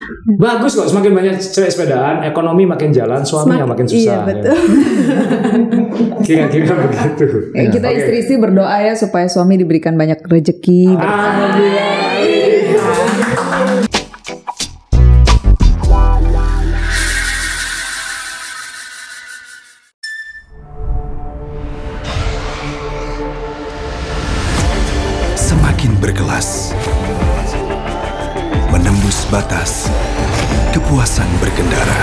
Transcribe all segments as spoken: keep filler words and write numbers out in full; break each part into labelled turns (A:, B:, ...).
A: Bagus kok, semakin banyak cewek sepedaan, ekonomi makin jalan, suami yang makin susah.
B: Iya betul.
A: Ya. Kira-kira begitu.
B: Ya, kita okay. istri-istri berdoa ya supaya suami diberikan banyak rezeki.
A: Amin.
C: Semakin berkelas, menembus batas, kepuasan berkendara.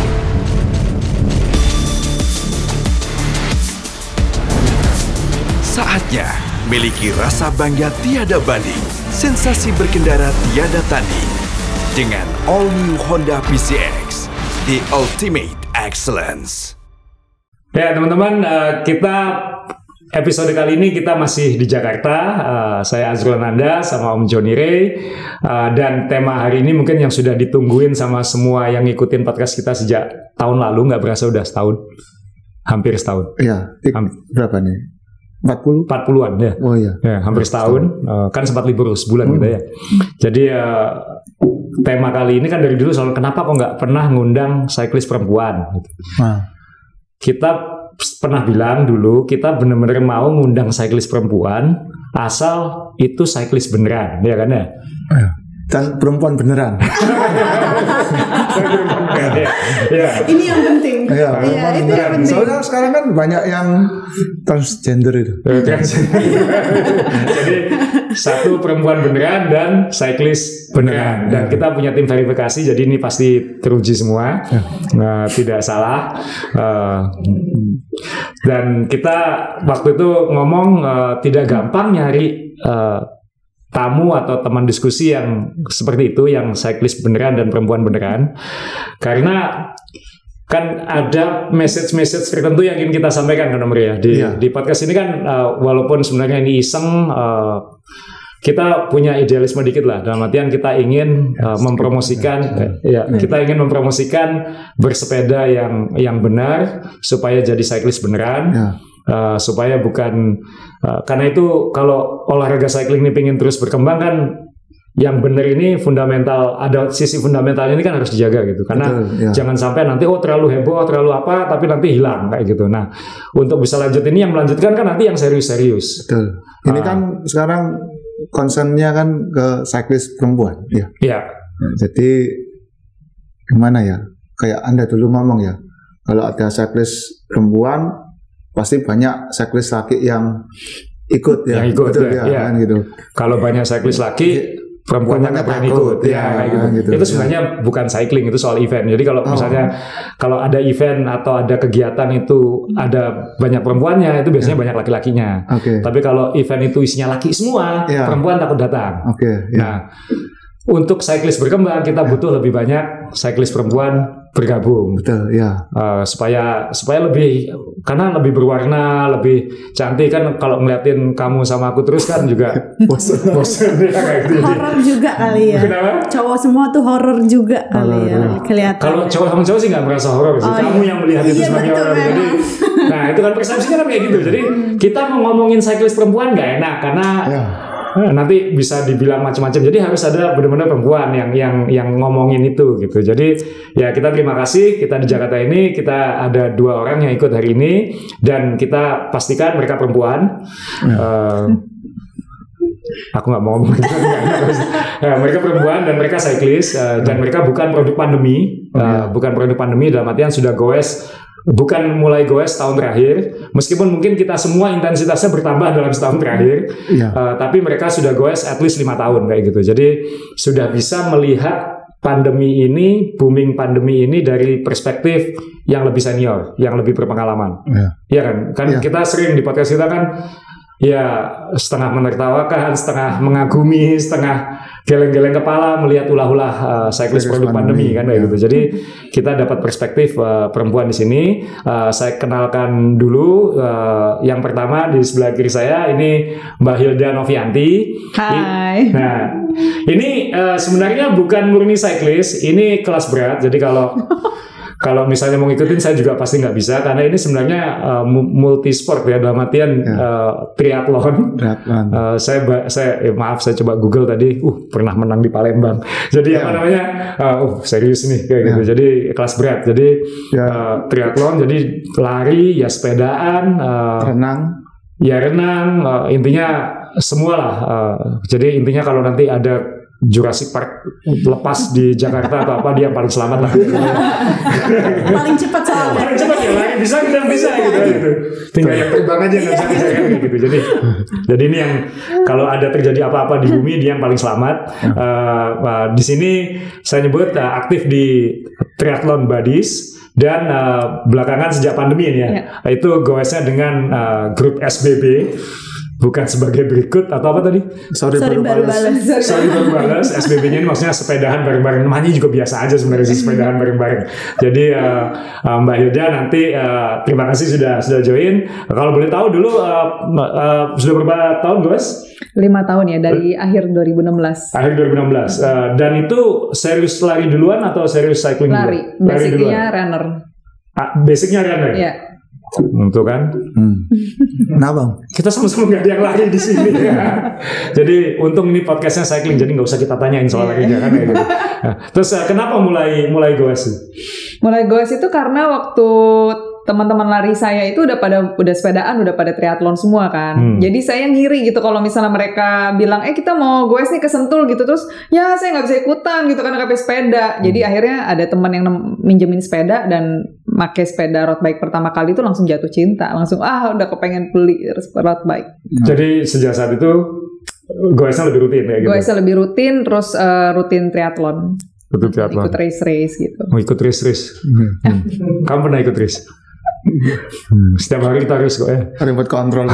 C: Saatnya miliki rasa bangga tiada banding, sensasi berkendara tiada tanding. Dengan All New Honda P C X, the ultimate excellence.
A: Ya teman-teman, kita episode kali ini kita masih di Jakarta. Uh, saya Azrul Ananda sama Om Johnny Ray. Uh, dan tema hari ini mungkin yang sudah ditungguin sama semua yang ngikutin podcast kita sejak tahun lalu. Nggak berasa udah setahun. Hampir setahun.
D: Iya. Hampir. Berapa nih? empat puluh?
A: empat puluhan ya.
D: Oh iya.
A: Ya, hampir setahun. Uh, kan sempat libur sebulan hmm. gitu ya. Jadi uh, tema kali ini kan dari dulu soal kenapa kok nggak pernah ngundang cyclist perempuan. Gitu.
D: Nah.
A: Kita pernah bilang dulu kita benar-benar mau ngundang cyclist perempuan asal itu cyclist beneran, ya kan ya?
D: Dan perempuan beneran.
A: ya, ya.
B: Ini yang penting.
D: Ya, perempuan
B: ya, itu
D: beneran.
B: yang penting.
D: Soalnya sekarang kan banyak yang transgender itu.
A: Jadi satu perempuan beneran dan cyclist beneran. Dan kita punya tim verifikasi, jadi ini pasti teruji semua, nah, tidak salah. Uh, dan kita waktu itu ngomong uh, tidak gampang nyari uh, tamu atau teman diskusi yang seperti itu, yang cyclist beneran dan perempuan beneran, karena kan ada message-message tertentu yang ingin kita sampaikan kan Om Ria di,
D: ya.
A: di podcast ini kan, uh, walaupun sebenarnya ini iseng, uh, kita punya idealisme dikit lah, dalam artian kita ingin uh, mempromosikan, ya, ya kita ingin mempromosikan bersepeda yang yang benar supaya jadi cyclist beneran. Ya. Uh, supaya bukan uh, karena itu kalau olahraga cycling ini pengen terus berkembang kan, yang benar ini fundamental, ada sisi fundamental ini kan harus dijaga gitu, karena betul, ya. Jangan sampai nanti oh terlalu heboh, terlalu apa, tapi nanti hilang kayak gitu. Nah untuk bisa lanjut ini yang melanjutkan kan nanti yang serius-serius.
D: Betul. Ini uh, kan sekarang concernnya kan ke cyclist perempuan, ya.
A: Iya.
D: Nah, jadi gimana ya? Kayak Anda dulu ngomong ya, kalau ada cyclist perempuan pasti banyak cyclist laki yang ikut ya,
A: yang ikut
D: betul,
A: ya,
D: ya,
A: ya.
D: Kan, gitu.
A: Kalau banyak cyclist laki, perempuannya nggak pernah ikut, ya, ya kayak gitu. gitu. Itu sebenarnya ya. Bukan cycling, itu soal event. Jadi kalau oh. misalnya kalau ada event atau ada kegiatan itu ada banyak perempuannya, itu biasanya ya. Banyak laki-lakinya.
D: Okay.
A: Tapi kalau event itu isinya laki semua, ya. Perempuan takut datang.
D: Okay, ya.
A: Nah, untuk cyclist berkembang kita butuh lebih banyak cyclist perempuan bergabung.
D: Betul, ya.
A: Uh, supaya supaya lebih, karena lebih berwarna, lebih cantik kan. Kalau ngeliatin kamu sama aku terus kan juga bosan, bosan ya kayak gitu.
B: Horor juga kali ya.
A: Kenapa?
B: Cowok semua tuh horor juga kali ya. Kelihatan.
A: Kalau cowok sama cowok sih nggak merasa horor sih. Oh, kamu iya. yang melihat itu
B: iya,
A: sebagai horor. Jadi, nah itu kan persepsinya kan kayak gitu. Jadi kita mau ngomongin cyclist perempuan nggak enak karena. Ya. Nah, nanti bisa dibilang macam-macam. Jadi harus ada benar-benar perempuan yang yang yang ngomongin itu gitu. Jadi ya kita terima kasih, kita di Jakarta ini kita ada dua orang yang ikut hari ini dan kita pastikan mereka perempuan. Ya. Uh, aku nggak mau ngomong gitu. Ya, mereka perempuan dan mereka cyclist uh, dan mereka bukan produk pandemi, uh, ya. bukan produk pandemi dalam artian sudah goes. Bukan mulai goes tahun terakhir, meskipun mungkin kita semua intensitasnya bertambah dalam setahun terakhir, ya. uh, tapi mereka sudah goes at least lima tahun kayak gitu. Jadi sudah bisa melihat pandemi ini, booming pandemi ini dari perspektif yang lebih senior, yang lebih berpengalaman. Iya ya kan? Kan ya. Kita sering di podcast kita kan, ya setengah menertawakan, setengah mengagumi, setengah geleng-geleng kepala melihat ulah-ulah uh, cyclist produk pandemi, pandemi kan kayak ya. Gitu. Jadi kita dapat perspektif uh, perempuan di sini. Uh, saya kenalkan dulu uh, yang pertama di sebelah kiri saya ini Mbak Hilda Novianti.
B: Hai.
A: Nah, ini uh, sebenarnya bukan murni cyclist, ini kelas berat. Jadi kalau kalau misalnya mau ngikutin saya juga pasti nggak bisa karena ini sebenarnya uh, multi sport ya dalam artian ya. uh, triathlon. Triathlon. Uh, saya saya eh, maaf saya coba Google tadi, uh pernah menang di Palembang. Jadi ya. apa namanya? Uh, uh serius nih kayak ya. gitu. Jadi kelas berat. Jadi ya. uh, triathlon. Jadi lari ya sepedaan. Uh,
D: renang.
A: Ya renang. Uh, intinya semua lah. Uh, jadi intinya kalau nanti ada Jurassic Park lepas di Jakarta atau apa dia yang paling selamat lah.
E: Paling cepat soalnya.
A: Paling cepat ya lari bisa kita bisa gitu gitu. Tinggal yang terbang aja nggak bisa bisa kan gitu. Jadi jadi ini yang kalau ada terjadi apa-apa di bumi dia yang paling selamat. Uh, uh, di sini saya nyebut uh, aktif di Triathlon Buddies. Dan uh, belakangan sejak pandemi ini ya, ya. itu goesnya dengan uh, grup S B B. Bukan sebagai berikut atau apa tadi?
E: Sorry, Sorry baru balas.
A: Sorry baru balas. S B B-nya ini maksudnya sepedahan bareng-bareng. Namanya juga biasa aja sebenarnya sih sepedahan bareng-bareng. Jadi uh, uh, Mbak Hilda nanti uh, terima kasih sudah sudah join. Kalau boleh tahu dulu uh, uh, sudah berapa tahun guys?
B: Lima tahun ya dari uh, akhir dua ribu enam belas.
A: Akhir dua ribu enam belas. Uh, dan itu serius lari duluan atau serius cycling
B: lari.
A: duluan? Lari.
B: Basicnya runner.
A: Ah, basicnya runner.
B: Iya.
A: Untuk kan?
D: Hmm. Nah bang,
A: kita sama-sama nggak ada yang lari di sini. Ya. Jadi untung ini podcastnya cycling, jadi nggak usah kita tanyain soal larinya kan kayak gitu. Nah, terus kenapa mulai mulai goes?
B: Mulai goes itu karena waktu teman-teman lari saya itu udah pada udah sepedaan, udah pada triathlon semua kan. Hmm. Jadi saya ngiri gitu kalau misalnya mereka bilang, eh kita mau goes nih ke Sentul gitu, terus ya saya nggak bisa ikutan gitu karena nggak pakai sepeda. Hmm. Jadi akhirnya ada teman yang minjemin sepeda dan pakai sepeda road bike pertama kali itu langsung jatuh cinta, langsung ah udah kepengen beli road bike.
A: Hmm. Jadi sejak saat itu goesnya lebih rutin ya gitu. Goesnya
B: lebih rutin, terus uh, rutin triathlon.
A: Rutin triathlon.
B: Ikut race-race gitu.
A: Mau ikut race-race. Hmm. Kamu pernah ikut race? Hmm, setiap hari kita harus kok ya.
D: Remote control.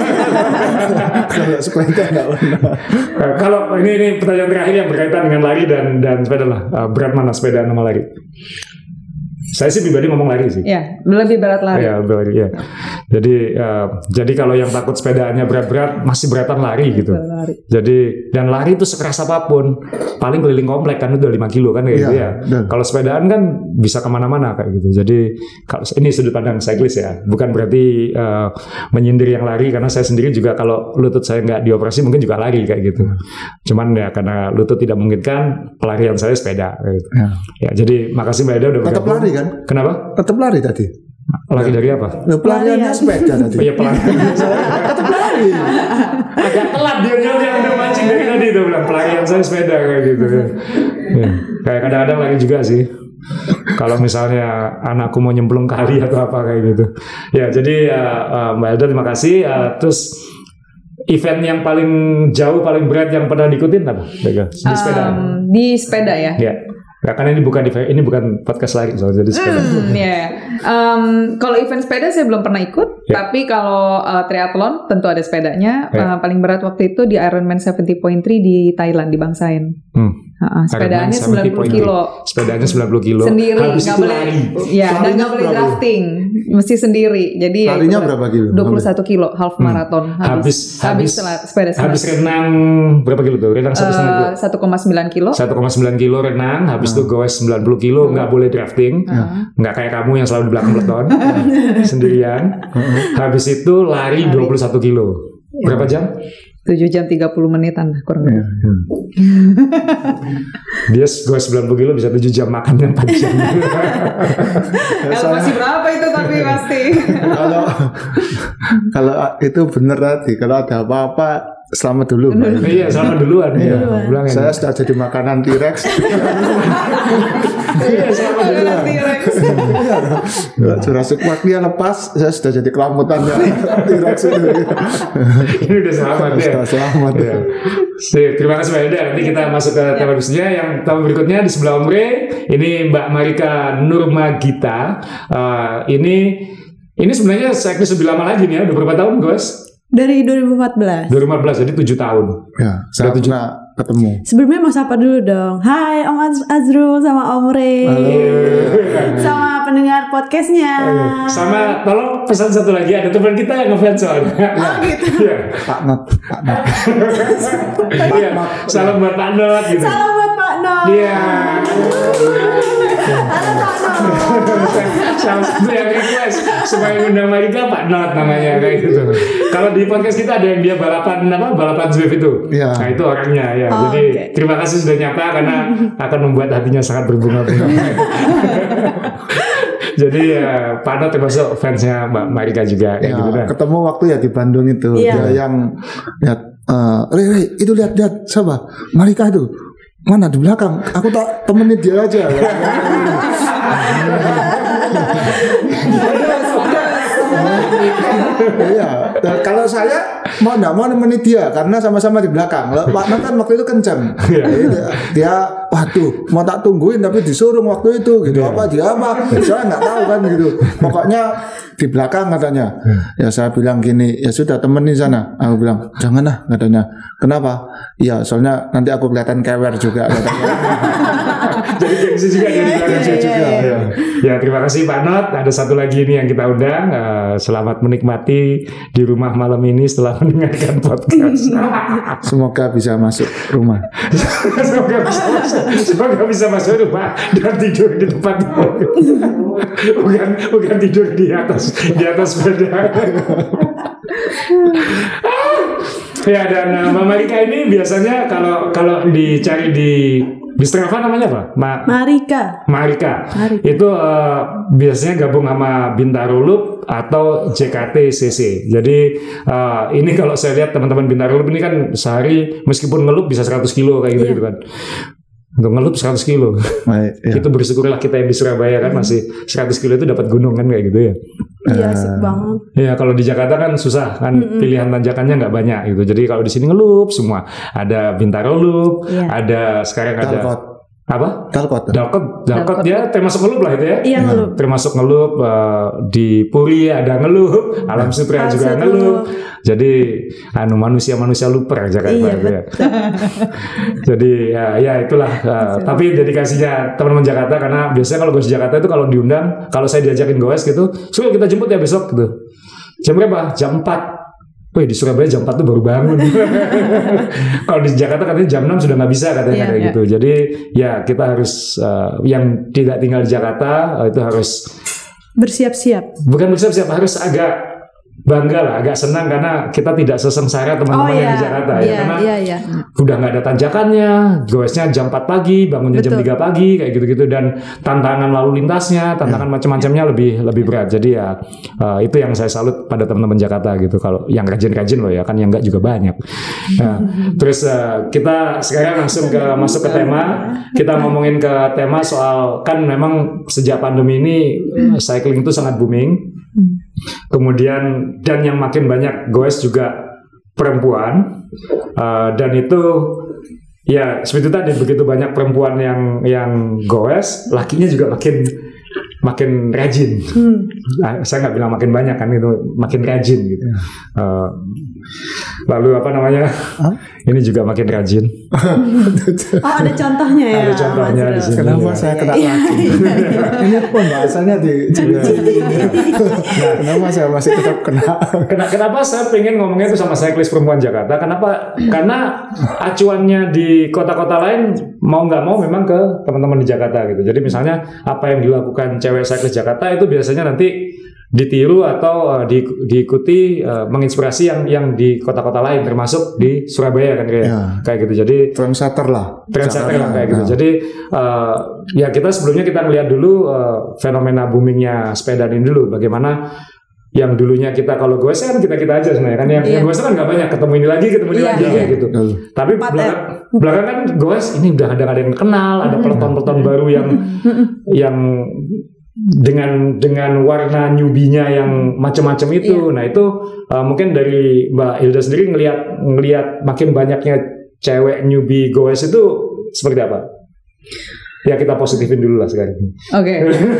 D: Kalau sepeda nggak pernah.
A: Kalau ini ini pertanyaan terakhir yang berkaitan dengan lari dan dan sepeda lah. Uh, berat mana sepeda sama lari? Saya sih pribadi ngomong lari sih.
B: Ya, lebih berat lari.
A: Ya, lebih lari ya. Jadi uh, jadi kalau yang takut sepedaannya berat-berat masih beratan lari gitu.
B: Lari.
A: Jadi dan lari itu sekeras apapun, paling keliling komplek kan udah lima kilo kan kayak ya, gitu ya. Kalau sepedaan kan bisa kemana-mana kayak gitu. Jadi kalau ini sudut pandang cyclist ya, bukan berarti uh, menyindir yang lari karena saya sendiri juga kalau lutut saya nggak dioperasi mungkin juga lari kayak gitu. Cuman ya karena lutut tidak memungkinkan, pelarian saya sepeda. Kayak gitu. Ya. Ya, jadi makasih Mbak Eda udah
D: tetap
A: bergabung.
D: Lari kan?
A: Kenapa?
D: Tetap lari tadi.
A: Lari dari apa?
D: Nah, pelariannya sepeda tadi.
A: Oh iya pelarian.
D: Tetap lari.
A: Agak telat dia yang udah mancing dari tadi itu bilang pelarian saya sepeda kayak gitu. Ya. Kayak kadang-kadang lari juga sih. Kalau misalnya anakku mau nyemplung kali atau apa kayak gitu. Ya jadi uh, uh, Mbak Elda terima kasih. Uh, terus event yang paling jauh paling berat yang pernah diikutin apa? Di sepeda.
B: Um, di sepeda ya.
A: Ya. Nah, karena ini bukan ini bukan podcast lari soalnya jadi sepeda.
B: Hmm, yeah. um, kalau event sepeda saya belum pernah ikut, yeah. tapi kalau uh, triathlon tentu ada sepedanya. Yeah. Uh, paling berat waktu itu di Ironman tujuh puluh tiga di Thailand di Bangsaen. Hmm. Uh, sepedaannya sembilan puluh kilo.
A: Sepedanya sembilan puluh kilo.
B: Sendiri, nggak boleh.
A: Lari.
B: Ya, dan nggak boleh drafting, mesti sendiri. Jadi
D: larinya
B: ya,
D: berapa kilo?
B: dua puluh satu kilo, half marathon.
A: Hmm. Habis, habis, habis
B: sepeda.
A: Habis renang berapa kilo tuh? Renang satu koma lima kilo.
B: satu koma sembilan kilo.
A: satu koma sembilan kilo renang, habis itu hmm. goes sembilan puluh kilo, nggak hmm. boleh drafting, hmm. nggak kayak kamu yang selalu di belakang peleton sendirian. Habis itu lari, lari dua puluh satu kilo. Berapa jam?
B: tujuh jam tiga puluh menitan kurang lebih.
A: Hmm. Dia gue sembilan puluh kilo bisa tujuh jam makannya empat jam.
B: Kalau masih berapa itu tapi pasti.
D: Kalau kalau itu bener tadi, kalau ada apa-apa selamat dulu.
A: Iya, selamat duluan. Iya.
D: Duluan. Saya sudah jadi makanan T-Rex.
A: Iya, selamat duluan.
B: T-Rex.
D: Jurassic Park dia lepas, saya sudah jadi kelamutannya T-Rex itu.
A: Ini udah selamat ya.
D: Sudah selamat.
A: Ya. Sip, terima kasih Mbak Elda. Nanti kita masuk ke tema berikutnya. Yang tamu berikutnya di sebelah Om Re, ini Mbak Marika Nurmagita. Uh, ini ini sebenarnya cyclist lebih lama lagi nih ya. Udah berapa tahun, guys?
E: Dari dua ribu empat belas.
A: dua ribu empat belas, jadi tujuh tahun.
D: Ya, saya tujuh pernah ketemu.
E: Sebelumnya mau sapa dulu dong. Hai Om Az- Azrul sama Om Re.
A: Halo.
E: Sama pendengar podcastnya.
A: Sama, tolong pesan satu lagi. Ada teman kita yang ngefans soalnya.
E: Oh gitu.
A: Iya.
D: Pak Not. Pak Not.
A: Iya. Salam buat Pak Not gitu.
E: Salam buat Pak Not.
A: Iya.
E: Halo Pak
A: Salah satu yang request supaya undang Marika Pak Not namanya kayak gitu. Kalau di podcast kita ada yang dia balapan apa balapan Zwift itu.
D: Ya.
A: Nah itu orangnya ya.
E: Oh,
A: Jadi
E: okay.
A: terima kasih sudah nyapa karena akan membuat hatinya sangat berbunga-bunga. Jadi ya Pak Not termasuk fansnya Mbak Marika juga kayak
D: Ya,
A: gitu kan.
D: ketemu waktu ya di Bandung itu.
E: Iya.
D: Dia yang lihat eh Re, Re, itu lihat-lihat siapa? Marika itu. Mana di belakang? Aku tak temenin dia aja. Iya. Dan kalau saya mau nggak mau nemenin dia karena sama-sama di belakang. Loh, Pak Not kan waktu itu kenceng. Jadi dia, dia, waduh, mau tak tungguin tapi disuruh waktu itu gitu. Apa dia apa? Saya nggak tahu kan gitu. Pokoknya di belakang katanya. Ya saya bilang gini, ya sudah temenin sana. Aku bilang jangan lah katanya. Kenapa? Ya soalnya nanti aku kelihatan kewer juga katanya.
A: Jadi gengsi juga jadi gengsi juga. Ya. Ya terima kasih Pak Not. Ada satu lagi ini yang kita undang. Uh, selamat menikmati di rumah malam ini setelah mendengarkan podcast.
D: Semoga bisa masuk rumah.
A: Semoga bisa masuk, semoga bisa masuk rumah dan tidur di tempat bukan bukan tidur di atas di atas sepeda. Ya dan uh, Mbak Marika ini biasanya kalau kalau dicari di di Strava namanya apa? Ma-
E: Marika.
A: Marika.
E: Marika.
A: Itu uh, biasanya gabung sama Bintaro Loop atau J K T C C. Jadi uh, ini kalau saya lihat teman-teman Bintaro Loop ini kan sehari meskipun ngelup bisa seratus kilo kayak gitu,
E: Iya.
A: gitu kan. Untuk ngelup seratus kilo.
D: Baik, ya.
A: Itu bersyukurlah kita yang di Surabaya kan masih seratus kilo itu dapat gunung kan kayak gitu ya.
E: Iya asik banget.
A: Ya kalau di Jakarta kan susah kan pilihan tanjakannya nggak banyak gitu. Jadi kalau di sini ngelup semua. Ada Bintaro Loop,
E: Iya.
A: ada sekarang ada
D: Talcott.
A: apa?
D: Talcott.
A: Dalkot, Dalkot dia termasuk ngelup lah itu ya.
E: Iya ngelup.
A: Termasuk ngelup uh, di Puri ada ngelup, Alam Sutra
E: Alam
A: juga
E: Sutra.
A: ngelup. Jadi anu manusia-manusia luper aja kayak
E: Iya,
A: gitu ya. Jadi ya, ya itulah. Uh, tapi dedikasinya teman-teman Jakarta karena biasanya kalau gue di Jakarta itu kalau diundang, kalau saya diajakin goes gitu, "Sul kita jemput ya besok" gitu. Jam berapa? Jam empat. Wih di Surabaya jam empat tuh baru bangun. Kalau di Jakarta katanya jam enam sudah nggak bisa katanya
B: Iya,
A: kayak
B: iya.
A: gitu. Jadi ya kita harus uh, yang tidak tinggal di Jakarta uh, itu harus
E: Bersiap-siap.
A: bukan bersiap-siap harus agak bangga lah, agak senang karena kita tidak sesengsara teman-teman
E: Oh,
A: yang
E: iya.
A: di Jakarta ya
E: Iya,
A: karena
E: iya, iya.
A: udah nggak ada tanjakannya, goesnya jam empat pagi, bangunnya jam
E: Betul.
A: tiga pagi kayak gitu-gitu dan tantangan lalu lintasnya, tantangan macam-macamnya lebih lebih berat. Jadi ya uh, itu yang saya salut pada teman-teman Jakarta gitu. Kalau yang rajin-rajin loh ya kan yang nggak juga banyak. Nah, terus uh, kita sekarang langsung ke masuk ke tema. Kita ngomongin ke tema soal kan memang sejak pandemi ini uh, cycling itu sangat booming. Kemudian dan yang makin banyak goes juga perempuan. Uh, dan itu ya seperti itu tadi begitu banyak perempuan yang yang goes, lakinya juga makin makin rajin.
E: Hmm.
A: Nah, saya nggak bilang makin banyak kan itu makin rajin gitu. Uh, lalu apa namanya? Ini juga makin rajin.
E: Oh ada contohnya ya.
A: Ada contohnya
E: Mas
A: di sini.
E: Ro.
D: Kenapa
A: Iya.
D: saya kena lagi? Ini pembahasannya di nah, kenapa saya masih tetap kena?
A: Ken- Kenapa saya pengen ngomongnya itu sama cyclist perempuan Jakarta? Kenapa? Karena acuannya di kota-kota lain mau nggak mau memang ke teman-teman di Jakarta gitu. Jadi misalnya apa yang dilakukan cewek cyclist Jakarta itu biasanya nanti ditiru atau uh, di, diikuti uh, menginspirasi yang yang di kota-kota lain termasuk di Surabaya kan kayak
D: Ya.
A: kayak gitu. Jadi
D: Trendsetter lah.
A: trendsetter lah
D: Jakarta.
A: kayak gitu.
D: Nah.
A: Jadi uh, ya kita sebelumnya kita ngeliat dulu uh, fenomena boomingnya sepeda ini dulu. Bagaimana yang dulunya kita kalau gue kan kita kita aja sebenarnya kan yang,
B: Iya.
A: yang gue kan nggak banyak ketemu ini lagi ketemu ini
B: Iya,
A: lagi
B: iya.
A: kayak gitu.
D: Betul.
A: Tapi
E: Empat
A: belakang, belakang kan gue ini udah ada ada yang kenal, ada peloton-peloton baru yang yang dengan dengan warna newbie-nya yang macam-macam itu. Nah itu uh, mungkin dari Mbak Hilda sendiri ngelihat ngelihat makin banyaknya cewek newbie goes itu seperti apa? Ya kita positifin dulu lah sekarang.
B: Oke.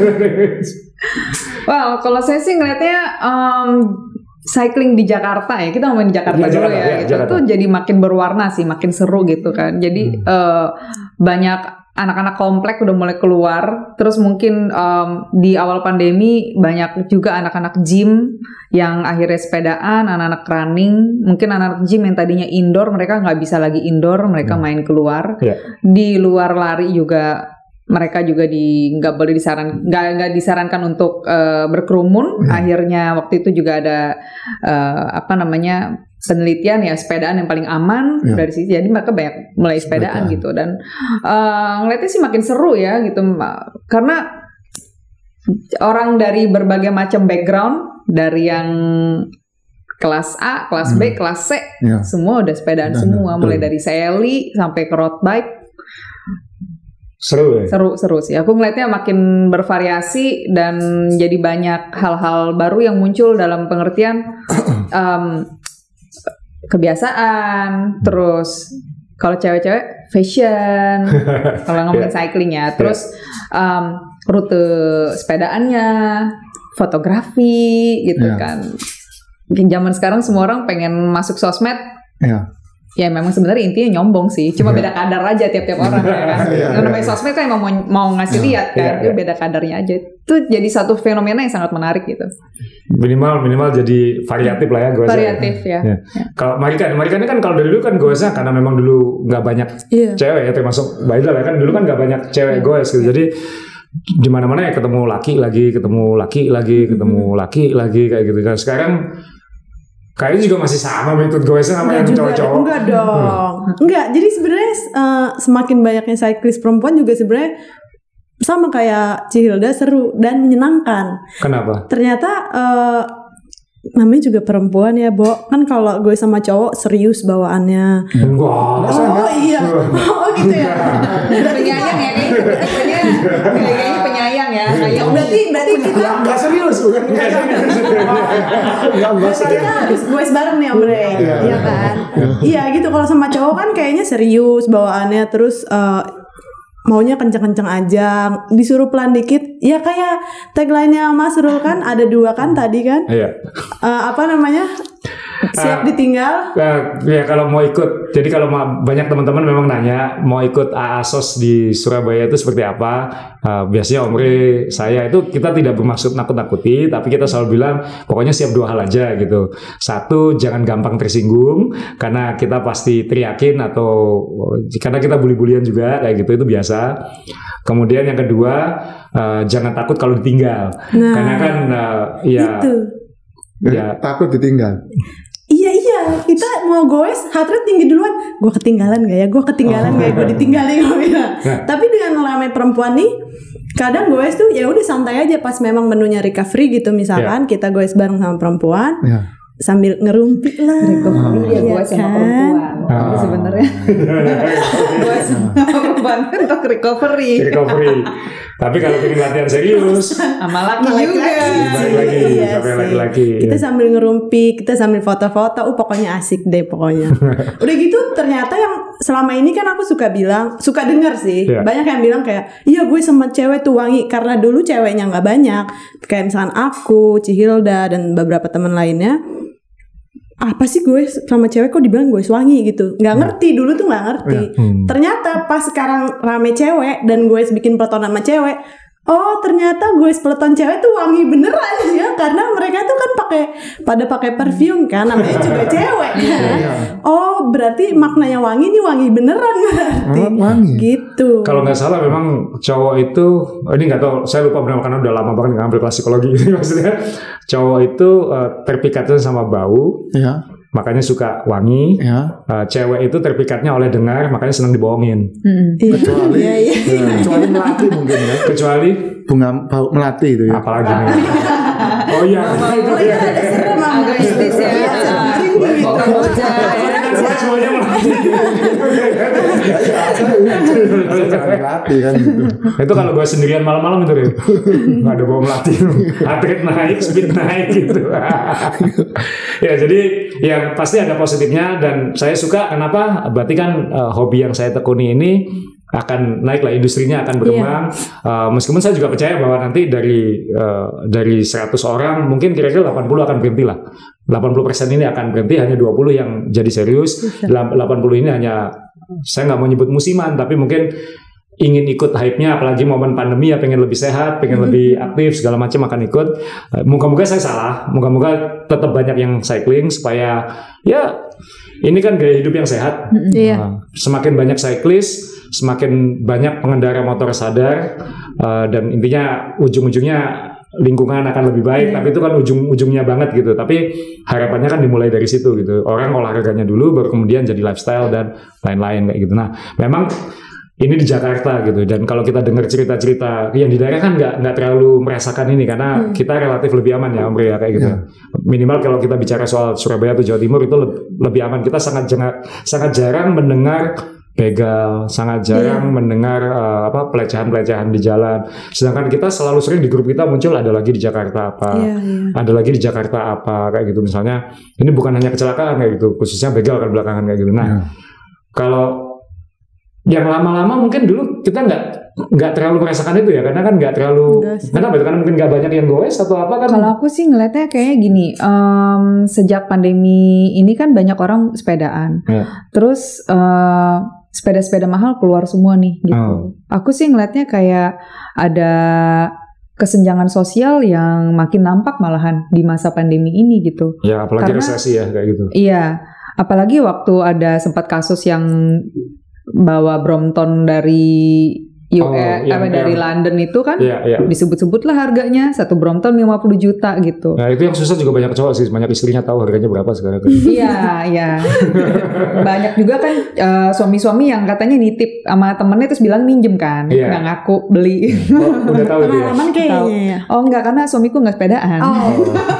B: Well, kalau saya sih ngelihatnya um, cycling di Jakarta ya, kita ngomongin di Jakarta
A: Iya,
B: dulu
A: Jakarta,
B: ya,
A: ya,
B: gitu
A: Jakarta.
B: tuh jadi makin berwarna sih, makin seru gitu kan. Jadi eh, banyak anak-anak komplek udah mulai keluar, terus mungkin um, di awal pandemi banyak juga anak-anak gym yang akhirnya sepedaan, anak-anak running, mungkin anak-anak gym yang tadinya indoor mereka nggak bisa lagi indoor, mereka main keluar.
A: Ya.
B: Di luar lari juga mereka juga di nggak boleh disaran nggak nggak disarankan untuk uh, berkerumun. Hmm. Akhirnya waktu itu juga ada uh, apa namanya penelitian ya sepedaan yang paling aman ya. Dari sisi, jadi mereka banyak mulai sepedaan, sepedaan. Gitu dan uh, ngeliatnya sih makin seru ya gitu karena orang dari berbagai macam background, dari yang kelas A, kelas B, hmm. kelas C, ya. Semua udah sepedaan dan, semua, dan, mulai betul. Dari Sally sampai ke road bike.
A: Seru ya?
B: Seru, seru sih. Aku ngeliatnya makin bervariasi dan jadi banyak hal-hal baru yang muncul dalam pengertian um, kebiasaan, terus kalau cewek-cewek fashion, kalau ngomongin yeah. cycling ya, terus um, rute sepedaannya, fotografi gitu yeah. kan. Zaman sekarang semua orang pengen masuk sosmed. Yeah. Ya memang sebenarnya intinya nyombong sih, cuma yeah. beda kadar aja tiap-tiap orang ya kan. yeah, Namanya yeah, sosmed kan emang mau, mau ngasih lihat kan, yeah, yeah. beda kadarnya aja. Itu jadi satu fenomena yang sangat menarik gitu.
A: Minimal minimal jadi variatif lah ya gue.
B: Variatif ya. ya. ya.
A: Kalau Marika, Marika ini kan kalau dari dulu kan goesnya karena memang dulu nggak banyak yeah. cewek ya, termasuk Baidal ya kan dulu kan nggak banyak cewek yeah. goes gitu. Jadi di mana-mana ya ketemu laki lagi, ketemu laki lagi, ketemu mm-hmm. laki lagi kayak gitu kan. Sekarang kayaknya juga masih sama metode goesnya sama yang cowok-cowok.
E: Enggak dong. Hmm. Enggak. Jadi sebenarnya uh, semakin banyaknya cyclist perempuan juga sebenarnya sama kayak Cihilda, seru dan menyenangkan.
A: Kenapa?
E: Ternyata uh, namanya juga perempuan ya, Bo. Kan kalau gue sama cowok serius bawaannya.
A: Enggak.
E: Oh, oh iya. Oh gitu ya.
B: Penyayang ya kayaknya. Kayaknya penyayang ya. Kayak
E: berarti berarti kita
D: enggak serius, bukan enggak serius.
E: Kita harus boys bareng nih, Om Rey. Iya kan? Iya gitu, kalau sama cowok kan kayaknya serius bawaannya, terus uh, maunya kenceng-kenceng aja, disuruh pelan dikit. Ya kayak tagline-nya Mas Rul kan ada dua kan tadi kan?
A: Iya.
E: Uh, apa namanya? Siap ditinggal?
A: Uh, ya kalau mau ikut, jadi kalau banyak teman-teman memang nanya mau ikut A A S O S di Surabaya itu seperti apa? Uh, biasanya Omri, saya itu kita tidak bermaksud nakut-nakuti, tapi kita selalu bilang pokoknya siap dua hal aja gitu. Satu, jangan gampang tersinggung karena kita pasti teriakin atau karena kita bully-bulian juga kayak gitu, itu biasa. Kemudian yang kedua, uh, jangan takut kalau ditinggal, nah, karena kan uh, ya,
E: itu.
D: ya takut ditinggal.
E: Iya iya, kita mau goes, heart rate tinggi duluan. Gue ketinggalan gak ya? Gue ketinggalan oh. gak ya? Gue ditinggalin gue bilang. Nah. Tapi dengan ramai perempuan nih, kadang goes tuh ya udah santai aja pas memang menunya recovery gitu misalkan yeah. kita goes bareng sama perempuan. Yeah. Sambil ngerumpi lah.
B: Recovery ya gue sama kan? Perempuan. Tapi oh. sebenarnya gue sama perempuan untuk recovery.
A: Recovery. Tapi kalau pengen latihan serius,
B: sama laki juga.
A: Balik lagi, iya sampai laki-laki.
E: Kita sambil ngerumpi, kita sambil foto-foto. Uh pokoknya asik deh pokoknya. Udah gitu ternyata yang selama ini kan aku suka bilang, suka denger sih. Yeah. Banyak yang bilang kayak, iya gue sama cewek tuh wangi. Karena dulu ceweknya gak banyak. Kayak misalkan aku, Cihilda, dan beberapa teman lainnya. Apa sih gue sama cewek kok dibilang gue wangi gitu. Gak ngerti, dulu tuh gak ngerti. Ya. Hmm. Ternyata pas sekarang rame cewek dan gue bikin peleton sama cewek, oh ternyata gue peleton cewek tuh wangi beneran ya. Karena mereka tuh kan pakai pada pakai perfume kan, namanya juga cewek kan. Oh berarti maknanya wangi nih wangi beneran berarti.
D: Oh, wangi.
E: Gitu.
A: Kalau nggak salah memang cowok itu, oh ini nggak tahu, saya lupa benar karena udah lama banget ngambil kelas psikologi. Maksudnya cowok itu uh, terpikatnya sama bau. Ya. Makanya suka wangi. Ya. Uh, cewek itu terpikatnya oleh dengar, makanya senang dibohongin.
B: Hmm.
D: Kecuali,
E: iya, iya.
D: Ya, kecuali melati mungkin ya.
A: Kecuali
D: bunga bau melati itu ya.
A: Apalagi nih. Oh iya.
E: Oh, itu ya.
B: Agak istis ya.
A: Semuanya melati.
D: Melati kan gitu.
A: Itu kalau gue sendirian malam-malam itu deh. Nggak ada bau melati. Heart rate naik, speed naik gitu. Ya jadi ya pasti ada positifnya dan saya suka. Kenapa? Berarti kan uh, hobi yang saya tekuni ini akan naik lah, industrinya akan berkembang. Yeah. Uh, meskipun saya juga percaya bahwa nanti dari uh, dari seratus orang mungkin kira-kira delapan puluh akan berhenti lah. delapan puluh persen ini akan berhenti, hanya dua puluh yang jadi serius. delapan puluh ini hanya, saya nggak mau nyebut musiman, tapi mungkin ingin ikut hype-nya, apalagi momen pandemi ya, pengen lebih sehat, pengen mm-hmm. lebih aktif, segala macam akan ikut. Uh, moga-moga saya salah, moga-moga tetap banyak yang cycling supaya ya ini kan gaya hidup yang sehat.
B: Mm-hmm.
A: Uh, semakin banyak cyclist, semakin banyak pengendara motor sadar uh, dan intinya ujung-ujungnya lingkungan akan lebih baik, tapi itu kan ujung-ujungnya banget gitu. Tapi harapannya kan dimulai dari situ gitu. Orang olahraganya dulu, baru kemudian jadi lifestyle dan lain-lain kayak gitu. Nah, memang ini di Jakarta gitu. Dan kalau kita dengar cerita-cerita yang di daerah kan nggak nggak terlalu merasakan ini karena hmm. kita relatif lebih aman ya, Om Ria, kayak gitu. Yeah. Minimal kalau kita bicara soal Surabaya atau Jawa Timur itu lebih, lebih aman. Kita sangat jarang, sangat jarang mendengar begal, sangat jarang yeah. mendengar uh, apa pelecehan-pelecehan di jalan. Sedangkan kita selalu sering di grup kita muncul ada lagi di Jakarta apa, yeah, yeah. ada lagi di Jakarta apa kayak gitu. Misalnya ini bukan hanya kecelakaan kayak gitu, khususnya begal kan belakangan kayak gitu. Nah, yeah. kalau yang lama-lama mungkin dulu kita nggak nggak terlalu merasakan itu ya, karena kan nggak terlalu kenapa itu, karena mungkin nggak banyak yang goes atau apa kan?
B: Kalau aku sih ngeliatnya kayak gini, um, sejak pandemi ini kan banyak orang sepedaan, yeah. terus uh, sepeda-sepeda mahal keluar semua nih gitu. Oh. Aku sih ngeliatnya kayak ada kesenjangan sosial yang makin nampak malahan di masa pandemi ini gitu.
A: Ya apalagi karena, resesi ya kayak gitu.
B: Iya, apalagi waktu ada sempat kasus yang bawa Brompton dari U S, oh, apa dari yang, London itu kan iya, iya. disebut-sebut lah harganya satu Brompton lima puluh juta gitu.
A: Nah itu yang susah juga banyak cowok sih, banyak istrinya tahu harganya berapa sekarang.
B: Iya iya. Banyak juga kan uh, suami-suami yang katanya nitip sama temennya terus bilang minjem kan, iya. nggak ngaku beli.
A: Oh, udah tahu dia.
E: Pengalaman kayaknya ya.
B: Oh enggak, karena suamiku nggak sepedaan. Oh.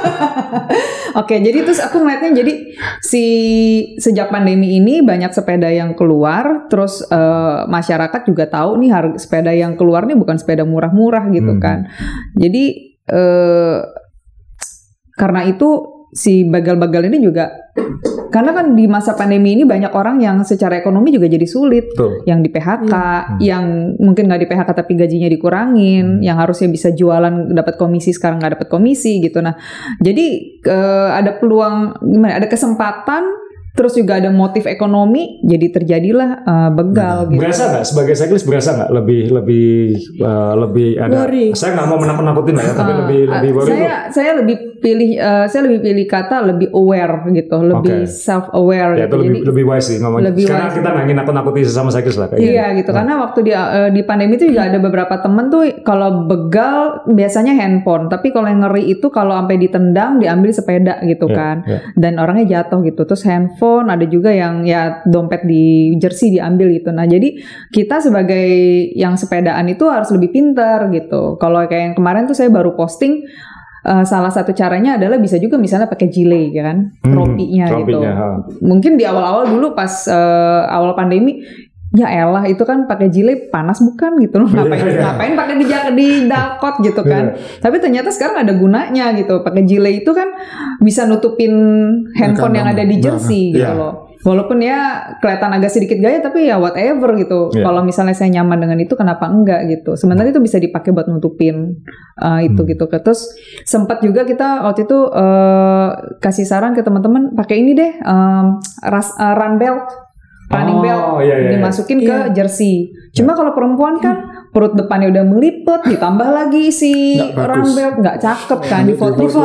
B: Oke, jadi terus aku ngeliatnya jadi si sejak pandemi ini banyak sepeda yang keluar, terus uh, masyarakat juga tahu nih harga sepeda yang keluar nih bukan sepeda murah-murah gitu hmm. kan. Jadi uh, karena itu si bagal-bagal ini juga, karena kan di masa pandemi ini banyak orang yang secara ekonomi juga jadi sulit, Tuh. yang di P H K, hmm. yang mungkin nggak di P H K tapi gajinya dikurangin, hmm. yang harusnya bisa jualan dapat komisi sekarang nggak dapat komisi gitu. Nah, jadi uh, ada peluang gimana? Ada kesempatan. Terus juga ada motif ekonomi, jadi terjadilah uh, begal.
A: Gitu. Berasa nggak sebagai cyclist, berasa nggak lebih lebih uh, lebih ada? Worry. Saya nggak mau menakut-nakutin lah ya, tapi uh, lebih lebih worry.
B: Saya tuh. saya lebih pilih uh, saya lebih pilih kata lebih aware gitu, lebih okay. self aware.
A: Ya,
B: gitu.
A: Itu lebih
B: jadi,
A: lebih wise sih ngomong. Sekarang wise. Kita nggak ingin nakut-nakutin sesama cyclist lah. Kayak
B: iya gitu, gitu. Karena waktu di uh, di pandemi itu juga ada beberapa temen tuh kalau begal biasanya handphone, tapi kalau yang ngeri itu kalau sampai ditendang diambil sepeda gitu yeah, kan, yeah. dan orangnya jatuh gitu, terus handphone. Ada juga yang ya dompet di jersey diambil gitu. Nah jadi kita sebagai yang sepedaan itu harus lebih pintar gitu. Kalau kayak yang kemarin tuh saya baru posting, uh, salah satu caranya adalah bisa juga misalnya pakai gilet ya kan, hmm, tropinya gitu. Ha. Mungkin di awal-awal dulu pas uh, awal pandemi, ya elah itu kan pakai gilet panas bukan gitu loh, ngapain yeah, ngapain pakai di di dakot gitu kan. Yeah. Tapi ternyata sekarang ada gunanya gitu. Pakai gilet itu kan bisa nutupin handphone yang ada di jersey gitu yeah. loh. Walaupun ya kelihatan agak sedikit gaya tapi ya whatever gitu. Yeah. Kalau misalnya saya nyaman dengan itu kenapa enggak gitu. Sebenarnya itu bisa dipakai buat nutupin uh, itu hmm. gitu. Terus sempat juga kita waktu itu uh, kasih saran ke teman-teman pakai ini deh um, ras, uh, run belt. Running belt
A: oh, iya, iya.
B: dimasukin
E: iya.
B: ke jersey. Cuma kalau perempuan kan perut depannya udah melipet, ditambah lagi si run belt nggak cakep kan di foto foto.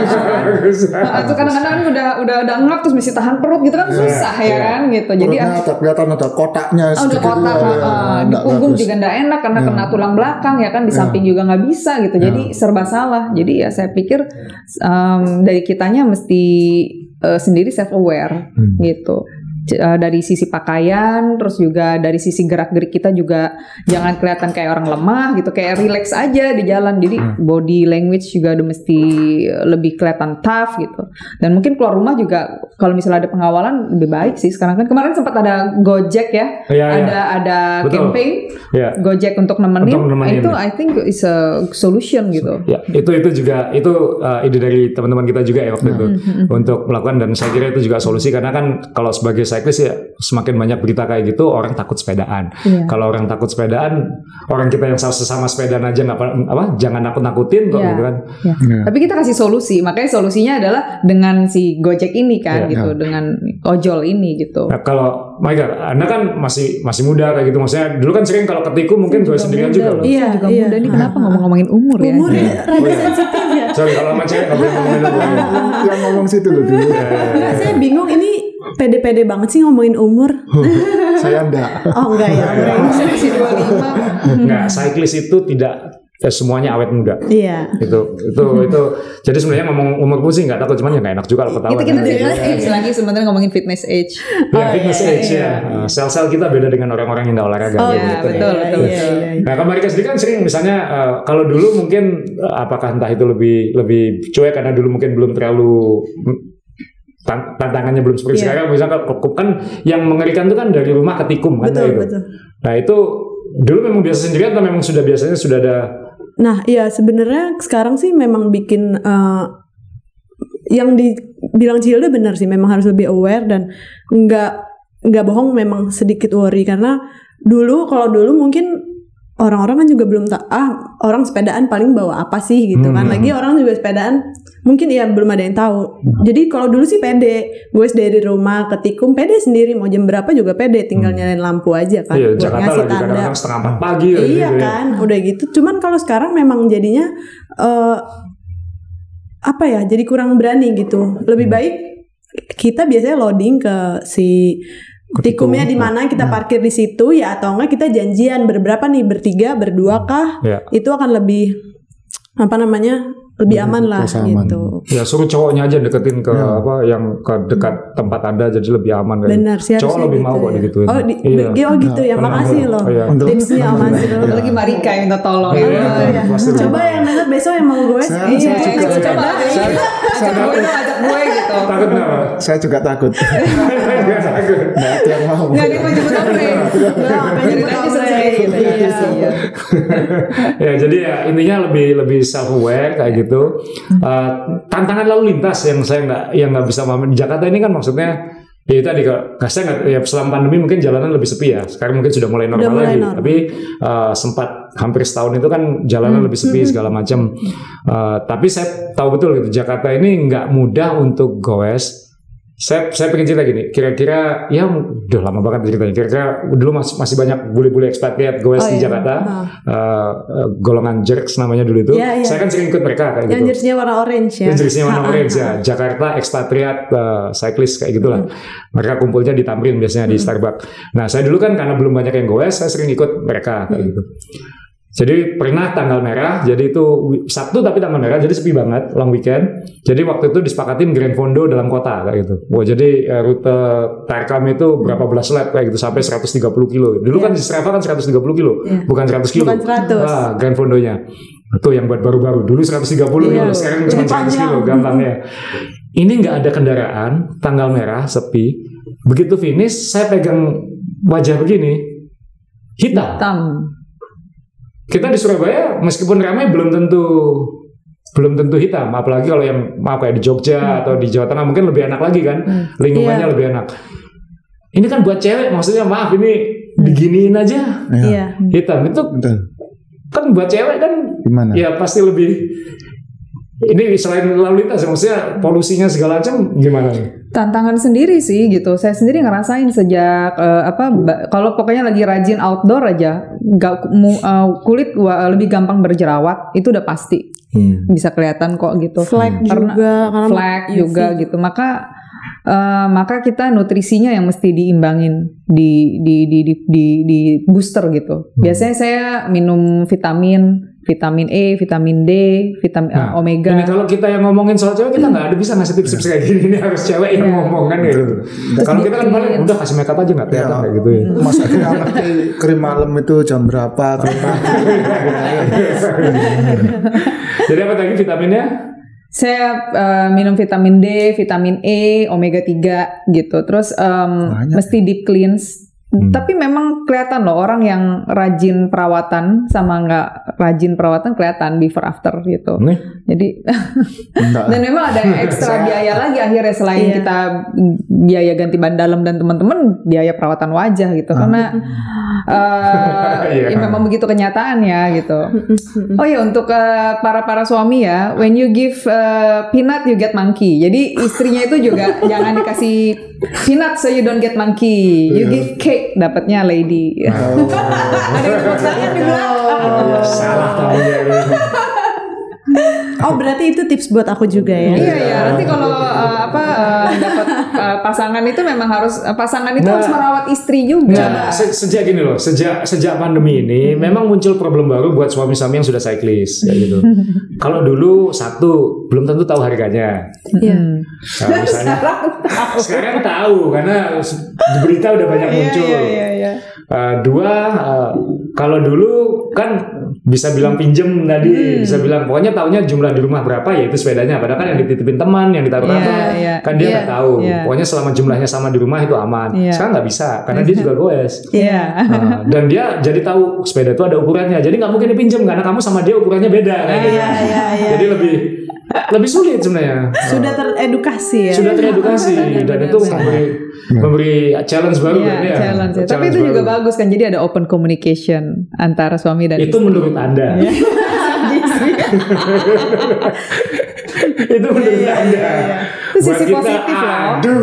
B: Nah, itu kadang-kadang udah udah udah ngap terus mesti tahan perut gitu kan susah yeah, ya yeah. kan gitu. Jadi
D: ada kelihatan ada kotaknya.
B: Oh, ada kotak ya, uh, di punggung juga nggak enak karena yeah. kena tulang belakang ya kan, di samping yeah. juga nggak bisa gitu. Jadi yeah. serba salah. Jadi ya saya pikir um, dari kitanya mesti uh, sendiri self aware hmm. gitu. Dari sisi pakaian, terus juga dari sisi gerak-gerik kita juga jangan kelihatan kayak orang lemah gitu, kayak relax aja di jalan. Jadi body language juga udah mesti lebih kelihatan tough gitu. Dan mungkin keluar rumah juga kalau misalnya ada pengawalan lebih baik sih. Sekarang kan kemarin sempat ada Gojek ya, ya, ya. ada ada Betul. campaign ya. Gojek untuk nemenin. Untuk nemenin. Itu I think is a solution gitu.
A: Ya, itu itu juga itu uh, ide dari teman-teman kita juga ya waktu itu mm-hmm. untuk melakukan, dan saya kira itu juga solusi karena kan kalau sebagai cyclist ya semakin banyak berita kayak gitu orang takut sepedaan. Yeah. Kalau orang takut sepedaan, orang kita yang sesama sepedaan aja nggak apa jangan nakut-nakutin kok yeah. gitu kan.
B: Yeah. Yeah. Tapi kita kasih solusi, makanya solusinya adalah dengan si Gojek ini kan yeah. gitu, yeah. dengan ojol ini gitu.
A: Nah, kalau Michael, Anda kan masih masih muda kayak gitu, maksudnya dulu kan sering kalau ketiku mungkin gue sendirian juga loh.
B: Iya, juga iya. muda nih kenapa nah. ngomong-ngomongin umur ya?
E: Umur ya, rada sensitif ya.
A: Sorry kalau sama cewek nggak boleh ngomongin umur.
D: Yang ngomong situ loh dulu.
E: Nggak, saya bingung ini pede-pede banget sih ngomongin umur.
D: Saya enggak.
E: Oh enggak ya.
B: Seksi dua puluh lima.
A: Enggak, cyclist itu tidak eh, semuanya awet muda.
E: Iya.
A: Itu itu itu. Jadi sebenarnya ngomong umurku sih nggak takut, cuman ya nggak enak juga kalau ketahuan.
B: Itu kita fitness age lagi sebenarnya ngomongin fitness age.
A: Ya, fitness age ya. Nah, sel-sel kita beda dengan orang-orang yang nggak olahraga.
E: Oh
A: gitu.
E: iya,
B: betul, betul,
E: iya,
B: betul.
E: iya, iya.
A: Nah, kalau Marika sendiri kan sering misalnya uh, kalau dulu mungkin uh, apakah entah itu lebih lebih cuek karena dulu mungkin belum terlalu tan- tantangannya belum seperti
E: Iya.
A: sekarang. Misalnya kan yang mengerikan itu kan dari rumah ke Tikum kan
E: Betul,
A: itu.
E: betul.
A: Nah itu dulu memang biasa sendirian atau memang sudah biasanya sudah ada.
E: Nah, iya sebenarnya sekarang sih memang bikin uh, yang dibilang Cilda benar sih, memang harus lebih aware dan nggak nggak bohong, memang sedikit worry karena dulu kalau dulu mungkin orang-orang kan juga belum tak ah orang sepedaan paling bawa apa sih gitu kan,
A: Hmm.
E: lagi orang juga sepedaan mungkin ya belum ada yang tahu. Jadi kalau dulu sih pede, gue dari rumah ke Tikum pede sendiri, mau jam berapa juga pede, tinggal nyalain lampu aja kan,
A: Iya,
E: buat
A: Jakarta
E: ngasih
A: lagi
E: tanda.
A: kadang-kadang setengah empat pagi.
E: Iya
A: gitu, ya.
E: kan, udah gitu. Cuman kalau sekarang memang jadinya eh, apa ya? Jadi kurang berani gitu. Lebih baik kita biasanya loading ke si Tikumnya di mana kita parkir di situ ya, atau enggak kita janjian berberapa nih, bertiga, berdua kah?
A: Ya.
E: Itu akan lebih apa namanya? Lebih aman lah
D: Terasa aman.
E: gitu.
A: Ya suruh cowoknya aja deketin ke apa yang ke dekat tempat Anda jadi lebih aman. Kayak
E: Benar sih,
A: cowok
E: harusnya
A: lebih
E: gitu
A: mau kok
E: ya.
A: digituin.
E: Oh, di,
A: Iya.
E: di- oh gitu ya.
A: Pernah,
E: Makasih
A: pernah.
E: loh.
A: Iya.
E: Tipsnya makasih loh.
B: Apalagi Marika yang minta tolong.
A: Iya,
B: Iya.
A: pasti.
E: Coba yang denger besok yang mau gue.
D: Saya-
B: Iya,
D: saya juga
B: coba coba.
D: saya-
B: Ajak gue dong, ajak gue gitu.
A: Takut kenapa?
D: Saya juga takut.
A: Nggak takut.
D: Nggak ada yang mau.
B: Nggak dia mau jemput Omre. Jadi aja selesai gitu. Iya.
A: Ya jadi ya intinya lebih lebih self aware kayak gitu. Uh, tantangan lalu lintas yang saya nggak yang nggak bisa paham di Jakarta ini kan maksudnya ya itu tadi kalau nggak saya nggak ya selama pandemi mungkin jalanan lebih sepi ya, sekarang mungkin sudah mulai normal
E: Udah mulai
A: lagi
E: normal.
A: tapi uh, sempat hampir setahun itu kan jalanan lebih sepi segala macam. Uh, tapi saya tahu betul gitu Jakarta ini nggak mudah untuk goes. Saya saya pengen cerita gini, kira-kira ya udah lama banget ceritanya. Kira-kira dulu masih masih banyak bule-bule ekspatriat goes
E: Oh,
A: di
E: iya.
A: Jakarta,
E: Ah.
A: uh, uh, golongan jerks namanya dulu itu.
E: Iya, iya.
A: Saya kan sering ikut mereka kayak
E: Yang
A: gitu.
E: jersinya warna orange ya.
A: Yang jersinya warna
E: Ha,
A: orange
E: ha,
A: ya,
E: ha.
A: Jakarta ekspatriat uh, cyclist kayak gitulah. Mereka kumpulnya di Tamrin biasanya di Starbucks. Nah saya dulu kan karena belum banyak yang goes, saya sering ikut mereka kayak gitu. Jadi pernah tanggal merah, jadi itu Sabtu tapi tanggal merah, jadi sepi banget, long weekend. Jadi waktu itu disepakatin Grand Fondo dalam kota kayak gitu. Wah jadi eh, rute Tarkam itu berapa belas lap kayak gitu sampai seratus tiga puluh kilo. Dulu kan di Strava kan seratus tiga puluh kilo,
E: Iya.
A: bukan seratus kilo.
E: Bukan seratus.
A: Ah, Grand Fondonya. Itu yang buat baru-baru. Dulu seratus tiga puluh
E: Iya.
A: kilo, sekarang cuma seratus kilo, gampangnya. Ini nggak ada kendaraan, tanggal merah, sepi. Begitu finish, saya pegang wajah begini, hitam.
B: Hitam.
A: Kita di Surabaya meskipun ramai belum tentu belum tentu hitam, apalagi kalau yang maaf kayak di Jogja
B: Hmm.
A: atau di Jawa Tengah mungkin lebih enak lagi kan, lingkungannya
E: Iya.
A: lebih enak. Ini kan buat cewek, maksudnya maaf ini diginiin aja
E: Iya.
A: hitam itu
D: Betul.
A: kan buat cewek kan
D: Gimana?
A: ya pasti lebih. Ini selain lalu lintas, maksudnya polusinya segala macam gimana nih?
B: Tantangan sendiri sih gitu. Saya sendiri ngerasain sejak eh, apa ba- kalau pokoknya lagi rajin outdoor aja, nggak mu- eh, kulit wa- lebih gampang berjerawat itu udah pasti
D: Hmm.
B: bisa kelihatan kok gitu.
E: Flek
B: Karena-
E: juga, karena
B: Flek
E: U V.
B: juga gitu. Maka eh, maka kita nutrisinya yang mesti diimbangin di di di di di, di booster gitu. Biasanya saya minum vitamin, vitamin E, vitamin D, vitamin
A: Nah,
B: eh, omega.
A: Ini kalau kita yang ngomongin soal cewek kita nggak ada bisa ngasih tips-tips kayak gini. Ini harus cewek yang
B: Iya.
A: ngomong kan gitu. Kalau kita kan paling udah kasih makeup aja nggak kelihatan
D: Ya.
A: kayak gitu ya.
D: Masa kita ngerti krim malam itu jam berapa, krim pagi.
A: Jadi apa tadi vitaminnya?
B: Saya eh, minum vitamin D, vitamin E, omega tiga gitu. Terus em,
D: Banyak.
B: mesti deep cleanse. Tapi memang kelihatan loh orang yang rajin perawatan sama nggak rajin perawatan kelihatan before after gitu.
A: Nih.
B: Jadi
D: Enggak.
B: dan memang ada ekstra biaya lagi akhirnya selain
E: Iya.
B: kita biaya ganti ban dalam dan teman-teman biaya perawatan wajah gitu karena eh,
A: Iya.
B: ya memang begitu kenyataannya gitu. Oh ya untuk eh, para para suami ya, when you give eh, peanut you get monkey. Jadi istrinya itu juga jangan dikasih peanut so you don't get monkey. You give cake dapatnya lady. Ada yang tepuk tangan di belakang.
A: Salah tahu ya.
E: Oh berarti itu tips buat aku juga ya.
B: Iya ya, nanti kalau uh, apa uh, dapat uh, pasangan itu memang harus pasangan itu
A: Nah,
B: harus merawat istri juga.
A: Nah, se- sejak gini loh, sejak sejak pandemi ini hmm. memang muncul problem baru buat suami-suami yang sudah cyclist kayak gitu. Kalau dulu satu belum tentu tahu harganya.
E: Iya.
A: Nah, misalnya sekarang tahu. sekarang tahu karena di berita udah banyak muncul.
B: Iya, iya, iya.
A: Uh, dua, uh, kalau dulu kan bisa bilang pinjem tadi, hmm. bisa bilang pokoknya taunya jumlah di rumah berapa ya itu sepedanya. Padahal kan yang dititipin teman, yang ditaruh
B: yeah,
A: apa,
B: yeah.
A: kan dia nggak yeah, tahu.
B: Yeah.
A: Pokoknya selama jumlahnya sama di rumah itu aman. Yeah. Sekarang nggak bisa karena dia juga goes.
B: Yeah.
A: Nah, dan dia jadi tahu sepeda itu ada ukurannya. Jadi nggak mungkin dipinjem karena kamu sama dia ukurannya beda. Kayak
E: yeah,
A: gitu.
E: yeah, yeah,
A: jadi
E: yeah.
A: lebih lebih sulit sebenarnya.
E: Sudah teredukasi ya.
A: Sudah teredukasi dan itu memberi memberi challenge baru
B: yeah,
A: kan ya.
B: Challenge, ya. Tapi itu baru. Juga bagus kan. Jadi ada open communication antara suami dan
A: itu
B: istri.
A: Menurut Anda. Itu menurut
B: yeah,
A: Anda.
B: Yeah, yeah. Itu sisi
A: kita,
B: positif loh.
A: Aduh.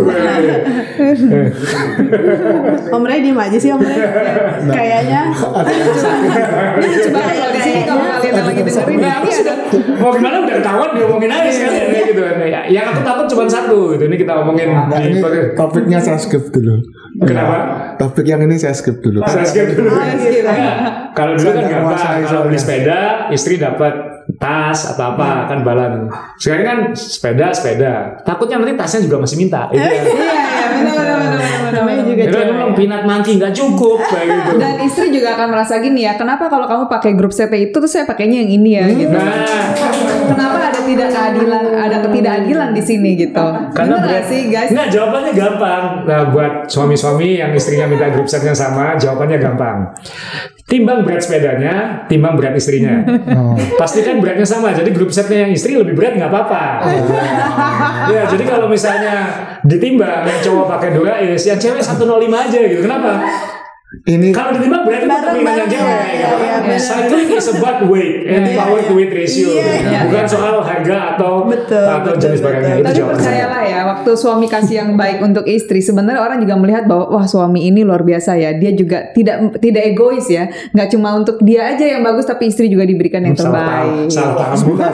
E: Om Ray diem aja sih Om Ray. Kayaknya.
B: Ini lucu banget kalau di sini kalau kalian yang lagi dengerin. Ini ada.
A: Mau gimana udah ketahuan diomongin aja sekalian ya gitu. Yang aku takut cuma satu gitu. Ini kita omongin
D: nah,
A: di
D: ini topiknya saya skip dulu.
A: Kenapa?
D: Topik yang ini saya skip dulu.
A: Saya skip dulu. Kalau dulu kan gampang. Kalau beli sepeda, istri dapat tas atau apa kan balan. Sekarang kan sepeda sepeda. Takutnya nanti tasnya juga masih minta. Iya
B: iya benar benar benar
E: namanya juga
A: cewek. Pinat mangki nggak cukup kayak gitu.
B: Dan istri juga akan merasa gini ya. Kenapa kalau kamu pakai grup C T itu terus saya pakainya yang ini ya gitu.
A: Nah,
B: kenapa ada tidak keadilan, ada ketidakadilan di sini gitu.
A: Karena
B: benar sih guys.
A: Nggak, jawabannya gampang. Nah, buat suami-suami yang istrinya minta grup set yang sama, jawabannya gampang. Timbang berat sepedanya, timbang berat istrinya. Oh. Pastikan beratnya sama. Jadi grup setnya yang istri lebih berat nggak apa-apa. Oh. Ya, jadi kalau misalnya ditimbang yang cowok pakai Dura-Ace, yang cewek seratus lima aja gitu. Kenapa? Ini kalau ditimbang berarti tetap ringan yang cewek.
E: Ya, ya, ya,
A: cycling is about weight and yeah, power to weight ratio,
E: yeah,
A: gitu.
E: yeah,
A: bukan
E: yeah.
A: soal harga atau
E: betul,
A: atau
E: betul,
A: jenis barangnya. Itu
B: tapi percayalah ya, waktu suami kasih yang baik untuk istri, sebenarnya orang juga melihat bahwa wah suami ini luar biasa ya. Dia juga tidak tidak egois ya, nggak cuma untuk dia aja yang bagus, tapi istri juga diberikan yang terbaik.
A: Salah paham bukan?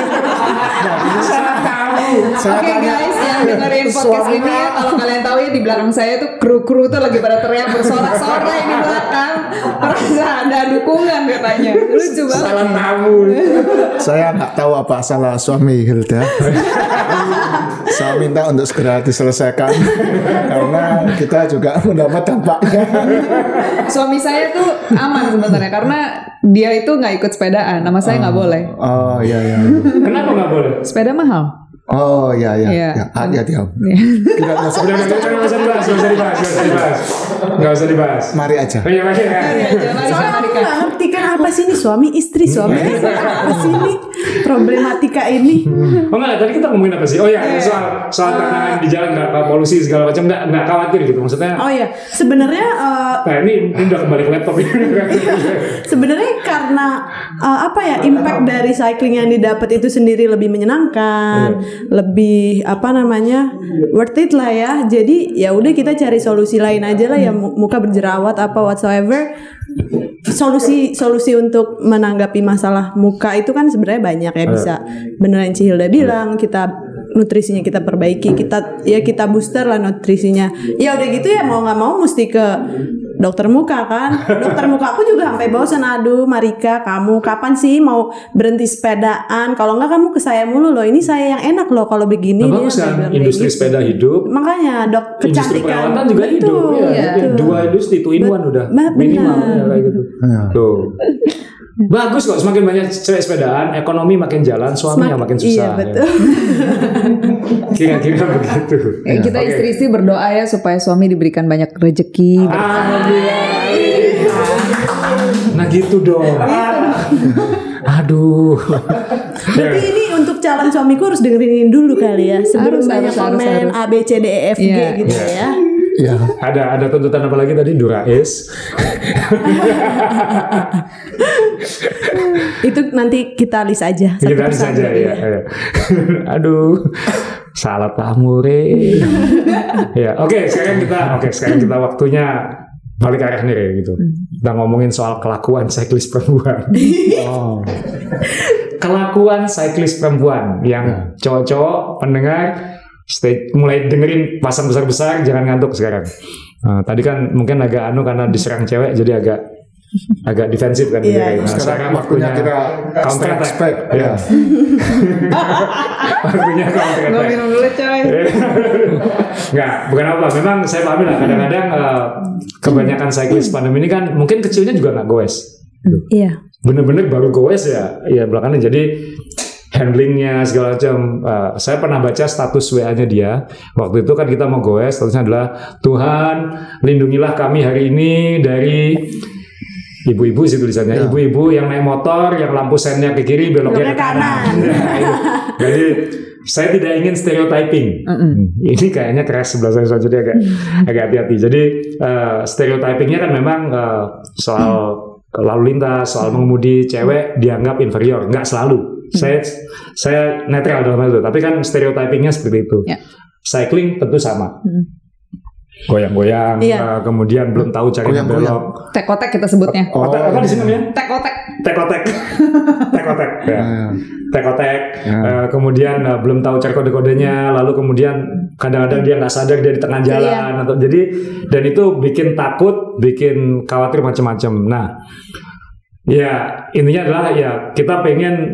B: Oke okay, guys, yang dengerin podcast ini ya, kalau kalian tahu ya di belakang saya tuh kru-kru tuh lagi pada teriak bersorak-sorai di belakang, merasa ada dukungan katanya. Lucu banget.
A: Salah tahu.
D: Saya nggak tahu apa salah suami Hilda. Saya minta untuk segera diselesaikan karena kita juga mendapat dampaknya.
B: Suami saya tuh aman sebenarnya karena dia itu nggak ikut sepedaan, nama saya nggak
D: oh,
B: boleh.
D: Oh iya iya.
A: Kenapa nggak boleh?
B: Sepeda mahal.
D: Oh iya iya.
B: Iya.
D: Ya, ah, ya diam.
A: Tidak usah dibahas, nggak usah dibahas, nggak usah dibahas, nggak usah dibahas, nggak usah dibahas.
D: Mari aja.
A: Oh, iya, mari ya.
E: Soalnya aku nggak ngerti kan apa sih ini suami istri suami istri apa sih ini problematika ini.
A: Oh enggak, tadi kita ngomongin apa sih? Oh ya soal soal tantangan di jalan nggak polusi segala macam nggak nggak khawatir gitu maksudnya.
E: Oh ya sebenarnya. Uh,
A: nah ini, ini udah kembali ke laptop ini.
E: Sebenarnya karena uh, apa ya impact dari cycling yang didapat itu sendiri lebih menyenangkan, yeah. lebih apa namanya worth it lah ya. Jadi ya udah kita cari solusi lain aja lah ya, muka berjerawat apa whatsoever. Solusi solusi untuk menanggapi masalah muka itu kan sebenarnya banyak ya, bisa beneran Ci Hilda bilang kita nutrisinya kita perbaiki, kita ya kita booster lah nutrisinya. Ya udah gitu ya mau nggak mau mesti ke dokter muka kan. Dokter muka aku juga sampai bosan, aduh Marika kamu kapan sih mau berhenti sepedaan? Kalau nggak kamu ke saya mulu loh. Ini saya yang enak loh kalau begini.
A: Nah, bagus kan industri gitu. Sepeda hidup.
E: Makanya dok kecantikan.
A: Industri perawatan juga
E: betul,
A: hidup. Ya,
E: ya.
A: Dua industri two in one udah minimal ya, kayak gitu. Ya. Tuh. Bagus kok, semakin banyak cewek sepedaan, ekonomi makin jalan, suami yang makin susah.
E: Iya betul.
A: Ya. Kira-kira begitu.
B: Ya, kita okay. istri-istri berdoa ya supaya suami diberikan banyak rezeki.
A: Nah gitu dong. Aduh.
E: Berarti ini untuk calon suamiku harus dengerin dulu kali ya sebelum harus, banyak harus, komen harus, A B C D E F G yeah. gitu yeah. ya.
A: Ya, ada ada tuntutan apa lagi tadi? Dura-Ace.
E: Itu nanti kita list aja.
A: Kita list aja ya. ya. Aduh, salah pamure. Ya, oke okay, sekarang kita oke okay, sekarang kita waktunya balik arah nih gitu. Kita ngomongin soal kelakuan cyclist perempuan. Oh. Kelakuan cyclist perempuan yang cowok-cowok pendengar stay, mulai dengerin pasang besar-besar, jangan ngantuk sekarang. Nah, tadi kan mungkin agak anu karena diserang cewek jadi agak agak defensif kan.
E: Iya,
A: nah,
D: sekarang,
A: sekarang
D: waktunya kita
A: counter attack.
D: Ya.
A: Waktunya counter
B: Gue
A: attack.
B: minum dulu coy.
A: Nggak, bukan apa. Memang saya pahami lah. Kadang-kadang uh, kebanyakan cyclist pandemi ini kan mungkin kecilnya juga nggak goes.
E: Iya.
A: Bener-bener baru goes ya, ya belakangan. Jadi handlingnya segala macam. Uh, saya pernah baca status W A-nya dia. Waktu itu kan kita mau goes, statusnya adalah Tuhan lindungilah kami hari ini dari ibu-ibu sih tulisannya, ya. Ibu-ibu yang naik motor, yang lampu sennya ke kiri, beloknya ke kanan. Nah, jadi saya tidak ingin stereotyping. Mm-mm. Ini kayaknya keras sebelah saya, jadi agak mm. agak hati-hati. Jadi uh, stereotypingnya kan memang uh, soal mm. lalu lintas, soal mengemudi cewek dianggap inferior, nggak selalu. Mm. Saya saya netral dalam hal itu, tapi kan stereotypingnya seperti itu. Yeah. Cycling tentu sama. Mm. Goyang-goyang, iya. uh, kemudian belum tahu cari belok.
B: Tekotek kita sebutnya.
A: Oh, oh apa di sini namanya?
B: Tekotek.
A: Tekotek. Tekotek. Ya. Tekotek. Ya. Uh, kemudian uh, belum tahu cari kode-kodenya, lalu kemudian kadang-kadang dia nggak sadar dia di tengah jalan iya. atau jadi dan itu bikin takut, bikin khawatir macam-macam. Nah, ya intinya adalah ya kita pengen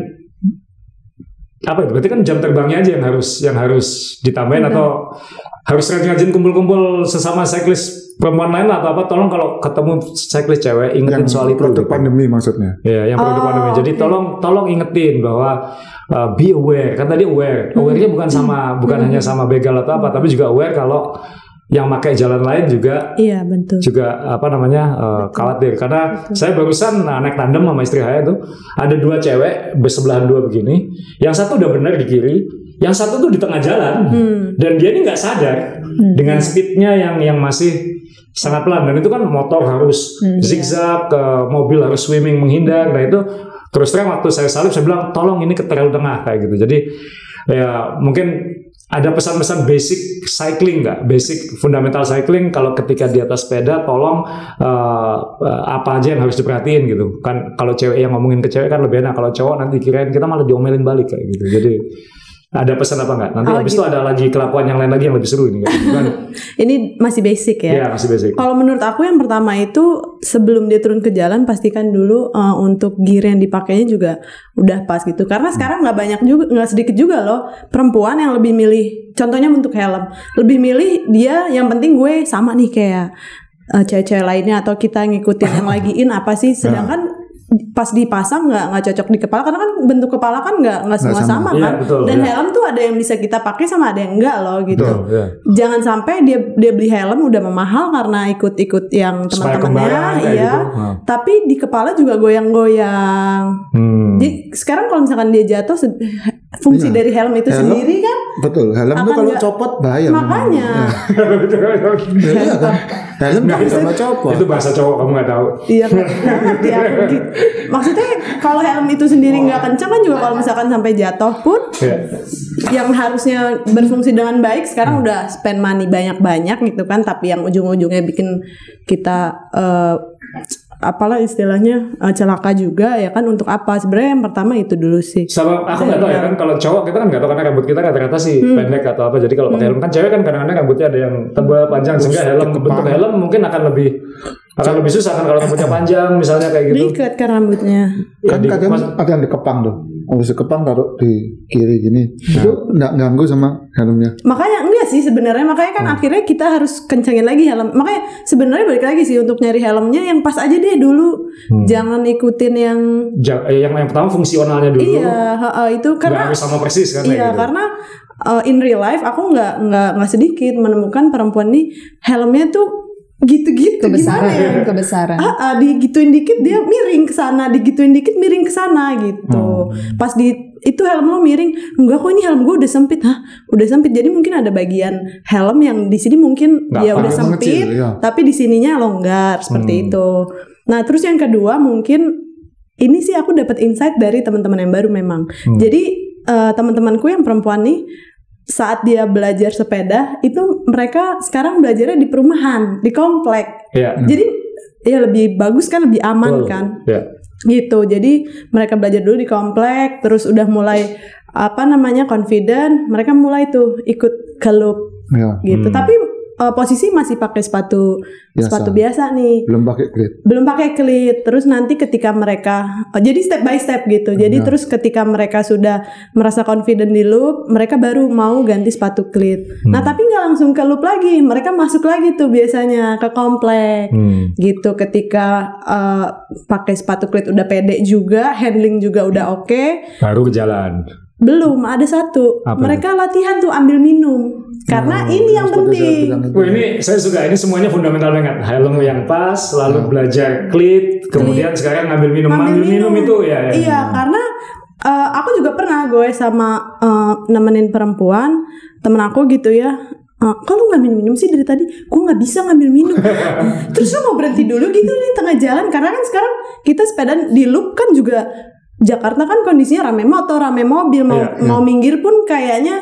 A: apa itu? Berarti kan jam terbangnya aja yang harus yang harus ditambahin hmm. atau harus rajin-rajin kumpul-kumpul sesama cyclist perempuan lain atau apa? Tolong kalau ketemu cyclist cewek ingetin yang soal itu.
D: Produk gitu. Pandemi maksudnya.
A: Ya, yang produk oh, pandemi. Jadi okay. tolong tolong ingetin bahwa uh, be aware. Kan tadi aware. Hmm. Aware-nya bukan sama bukan hmm. hanya sama begal atau apa, tapi juga aware kalau yang pakai jalan lain juga
E: iya betul
A: juga apa namanya uh, khawatir karena betul. Saya barusan nah, naik tandem sama istri saya tuh ada dua cewek bersebelahan dua begini, yang satu udah benar di kiri, yang satu tuh di tengah jalan hmm. dan dia ini nggak sadar hmm. dengan speednya yang yang masih sangat pelan, dan itu kan motor harus hmm, zigzag, ke mobil harus swimming menghindar. Nah itu terus terang waktu saya salib saya bilang tolong ini ke terlalu tengah kayak gitu. Jadi ya mungkin ada pesan-pesan basic cycling nggak? Basic fundamental cycling kalau ketika di atas sepeda tolong uh, uh, apa aja yang harus diperhatiin gitu. Kan kalau cewek yang ngomongin ke cewek kan lebih enak. Kalau cowok nanti kirain kita malah diomelin balik kayak gitu. Jadi ada pesan apa nggak? Nanti oh, habis gitu. Itu ada lagi kelakuan yang lain lagi yang lebih seru ini. Kan?
E: Ini masih basic ya?
A: Iya masih basic.
E: Kalau menurut aku yang pertama itu sebelum dia turun ke jalan pastikan dulu uh, untuk gear yang dipakainya juga udah pas gitu. Karena sekarang nggak banyak juga, nggak sedikit juga loh perempuan yang lebih milih. Contohnya untuk helm, lebih milih dia yang penting gue sama nih kayak uh, cewek-cewek lainnya atau kita ngikutin yang lagi in apa sih? Sedangkan pas dipasang nggak nggak cocok di kepala karena kan bentuk kepala kan nggak nggak semua sama, sama kan iya, betul, dan ya. Helm tuh ada yang bisa kita pakai sama ada yang enggak loh gitu. Betul, ya. Jangan sampai dia dia beli helm udah memahal karena ikut-ikut yang teman-temannya iya gitu. Nah. Tapi di kepala juga goyang-goyang. Hmm. Jadi sekarang kalau misalkan dia jatuh fungsi iya. dari helm itu helm, sendiri kan
D: betul helm tuh kalau gak, copot bahaya
E: makanya
D: ya. Iya kan helm nggak bisa copot
A: itu bahasa cowok kamu nggak tahu
E: iya ngerti aku gitu. Maksudnya kalau helm itu sendiri nggak kencang kan juga kalau misalkan sampai jatuh pun yeah. yang harusnya berfungsi dengan baik sekarang hmm. udah spend money banyak-banyak gitu kan, tapi yang ujung-ujungnya bikin kita uh, apalah istilahnya uh, celaka juga ya kan. Untuk apa sebenarnya? Yang pertama itu dulu sih.
A: Sama aku nggak tahu ya kan kalau cowok kita kan nggak tahu karena rambut kita rata-rata sih hmm. pendek atau apa. Jadi kalau pakai hmm. helm kan cewek kan kadang-kadang rambutnya ada yang tebal panjang sehingga helm bentuk helm mungkin akan lebih akan lebih susah kan kalau rambutnya panjang misalnya kayak gitu.
E: Diikat kan rambutnya.
D: Kan ya, kadang mas- ada yang dikepang tuh. Habis dikepang taruh di kiri gini. Nah. Itu nggak ganggu sama helmnya.
E: Makanya enggak sih sebenarnya, makanya kan hmm. akhirnya kita harus kencangin lagi helm. Makanya sebenarnya balik lagi sih untuk nyari helmnya yang pas aja deh dulu. Hmm. Jangan ikutin yang
A: ja- yang yang pertama fungsionalnya dulu.
E: Iya, uh, itu karena
A: harus sama persis kan.
E: Iya, gitu. Karena uh, in real life aku nggak nggak nggak sedikit menemukan perempuan nih helmnya tuh gitu-gitu
B: kebesaran
E: gimana ya?
B: kebesaran.
E: Ah, ah, digituin dikit dia miring ke sana, digituin dikit miring ke sana gitu. Hmm. Pas di itu helm lo miring, enggak kok ini helm gue udah sempit. Hah, udah sempit. Jadi mungkin ada bagian helm yang di sini mungkin nggak ya udah sempit, kecil, ya. Tapi di sininya longgar seperti hmm. itu. Nah, terus yang kedua mungkin ini sih aku dapat insight dari teman-teman yang baru memang. Hmm. Jadi uh, teman-temanku yang perempuan nih saat dia belajar sepeda itu mereka sekarang belajarnya di perumahan, di komplek. Yeah. Jadi ya lebih bagus kan, lebih aman oh, kan. Yeah. gitu. Jadi mereka belajar dulu di komplek, terus udah mulai apa namanya confident, mereka mulai tuh ikut ke loop ya. Gitu. Hmm. Tapi uh, posisi masih pakai sepatu biasa. sepatu biasa nih.
D: Belum pakai klit.
E: Belum pakai klit. Terus nanti ketika mereka oh, jadi step by step gitu. Jadi ya. Terus ketika mereka sudah merasa confident di loop, mereka baru mau ganti sepatu klit. Hmm. Nah, tapi nggak langsung ke loop lagi. Mereka masuk lagi tuh biasanya ke komplek. Hmm. Gitu. Ketika uh, pakai sepatu klit udah pede juga, handling juga udah oke, okay,
A: baru ke jalan.
E: Belum, ada satu. Apa mereka itu? Latihan tuh ambil minum. Karena oh, ini yang penting.
A: Wah, ini saya suka, ini semuanya fundamental banget. Helm yang pas, lalu hmm. belajar klit, kemudian klit. Sekarang ngambil minum. Ngambil minum, minum itu ya. ya.
E: Iya, hmm. karena uh, aku juga pernah gue sama uh, nemenin perempuan, temen aku gitu ya. Uh, kalau nggak minum-minum sih dari tadi, gue nggak bisa ngambil minum. Terus lu mau berhenti dulu gitu nih tengah jalan, karena kan sekarang kita sepeda di loop kan juga. Jakarta kan kondisinya rame motor, rame mobil, mau yeah, yeah. mau minggir pun kayaknya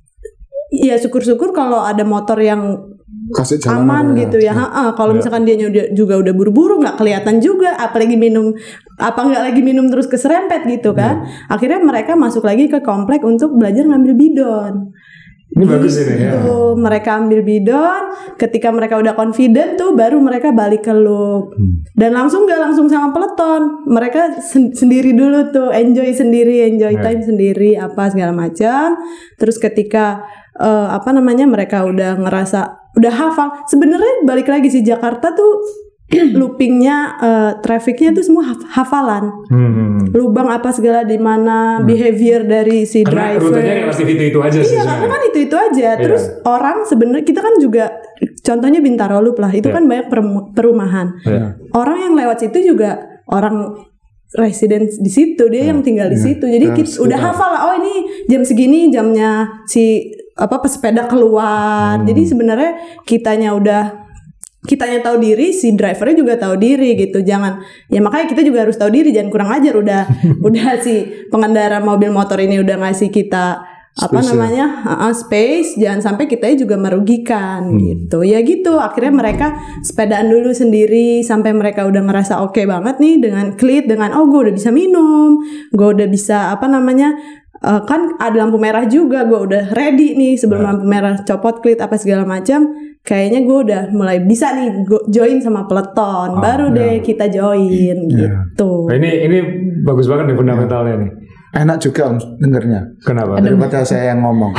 E: ya syukur-syukur kalau ada motor yang
D: kasih
E: aman gitu ya. ya. Kalau yeah. misalkan dia juga udah buru-buru nggak kelihatan juga, apalagi minum apa nggak lagi minum terus keserempet gitu kan. Yeah. Akhirnya mereka masuk lagi ke komplek untuk belajar ngambil bidon.
A: Ini gitu. Bagus ini ya.
E: Mereka ambil bidon, ketika mereka udah confident tuh baru mereka balik ke loop. Hmm. Dan langsung gak langsung sama peloton. Mereka sen- sendiri dulu tuh, enjoy sendiri, enjoy yeah. time sendiri apa segala macam. Terus ketika uh, apa namanya mereka udah ngerasa udah hafal. Sebenarnya balik lagi sih Jakarta tuh loopingnya, uh, trafficnya tuh semua haf- hafalan, hmm. lubang apa segala di mana, hmm. behavior dari si
A: karena
E: driver.
A: Rutenya relatif itu itu aja sih.
E: Iya, karena kan itu itu aja. Yeah. Terus orang sebenarnya kita kan juga, contohnya Bintaro Loop lah, itu yeah. kan banyak per- perumahan. Yeah. Orang yang lewat situ juga orang resident di situ, dia yeah. yang tinggal di yeah. situ. Jadi yeah. kita udah hafal lah. Oh ini jam segini jamnya si apa pesepeda keluar. Hmm. Jadi sebenarnya kitanya udah kitanya tahu diri, si drivernya juga tahu diri gitu. Jangan, ya makanya kita juga harus tahu diri, jangan kurang ajar. Udah udah si pengendara mobil motor ini udah ngasih kita space, apa namanya uh, space, jangan sampai kita juga merugikan hmm. gitu. Ya gitu, akhirnya mereka sepedaan dulu sendiri sampai mereka udah ngerasa oke okay banget nih dengan klit, dengan oh gue udah bisa minum, gue udah bisa apa namanya uh, kan ada lampu merah juga, gue udah ready nih sebelum nah. lampu merah copot klit apa segala macam. Kayaknya gue udah mulai bisa nih join sama peloton, oh, baru ya. deh kita join ya. gitu.
A: Nah, ini ini bagus banget nih fundamentalnya nih.
D: Enak juga om dengernya.
A: Kenapa?
D: Daripada saya yang ngomong.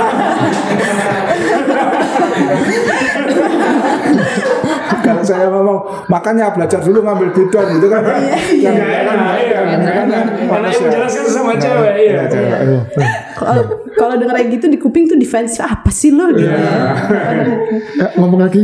D: Kalau saya ngomong, makanya belajar dulu ngambil bidon gitu kan.
A: Iya, iya, karena yang menjelaskan sama cewek, iya.
E: Kalau denger kayak gitu di kuping tuh defense apa sih lo gitu.
D: Ngomong lagi.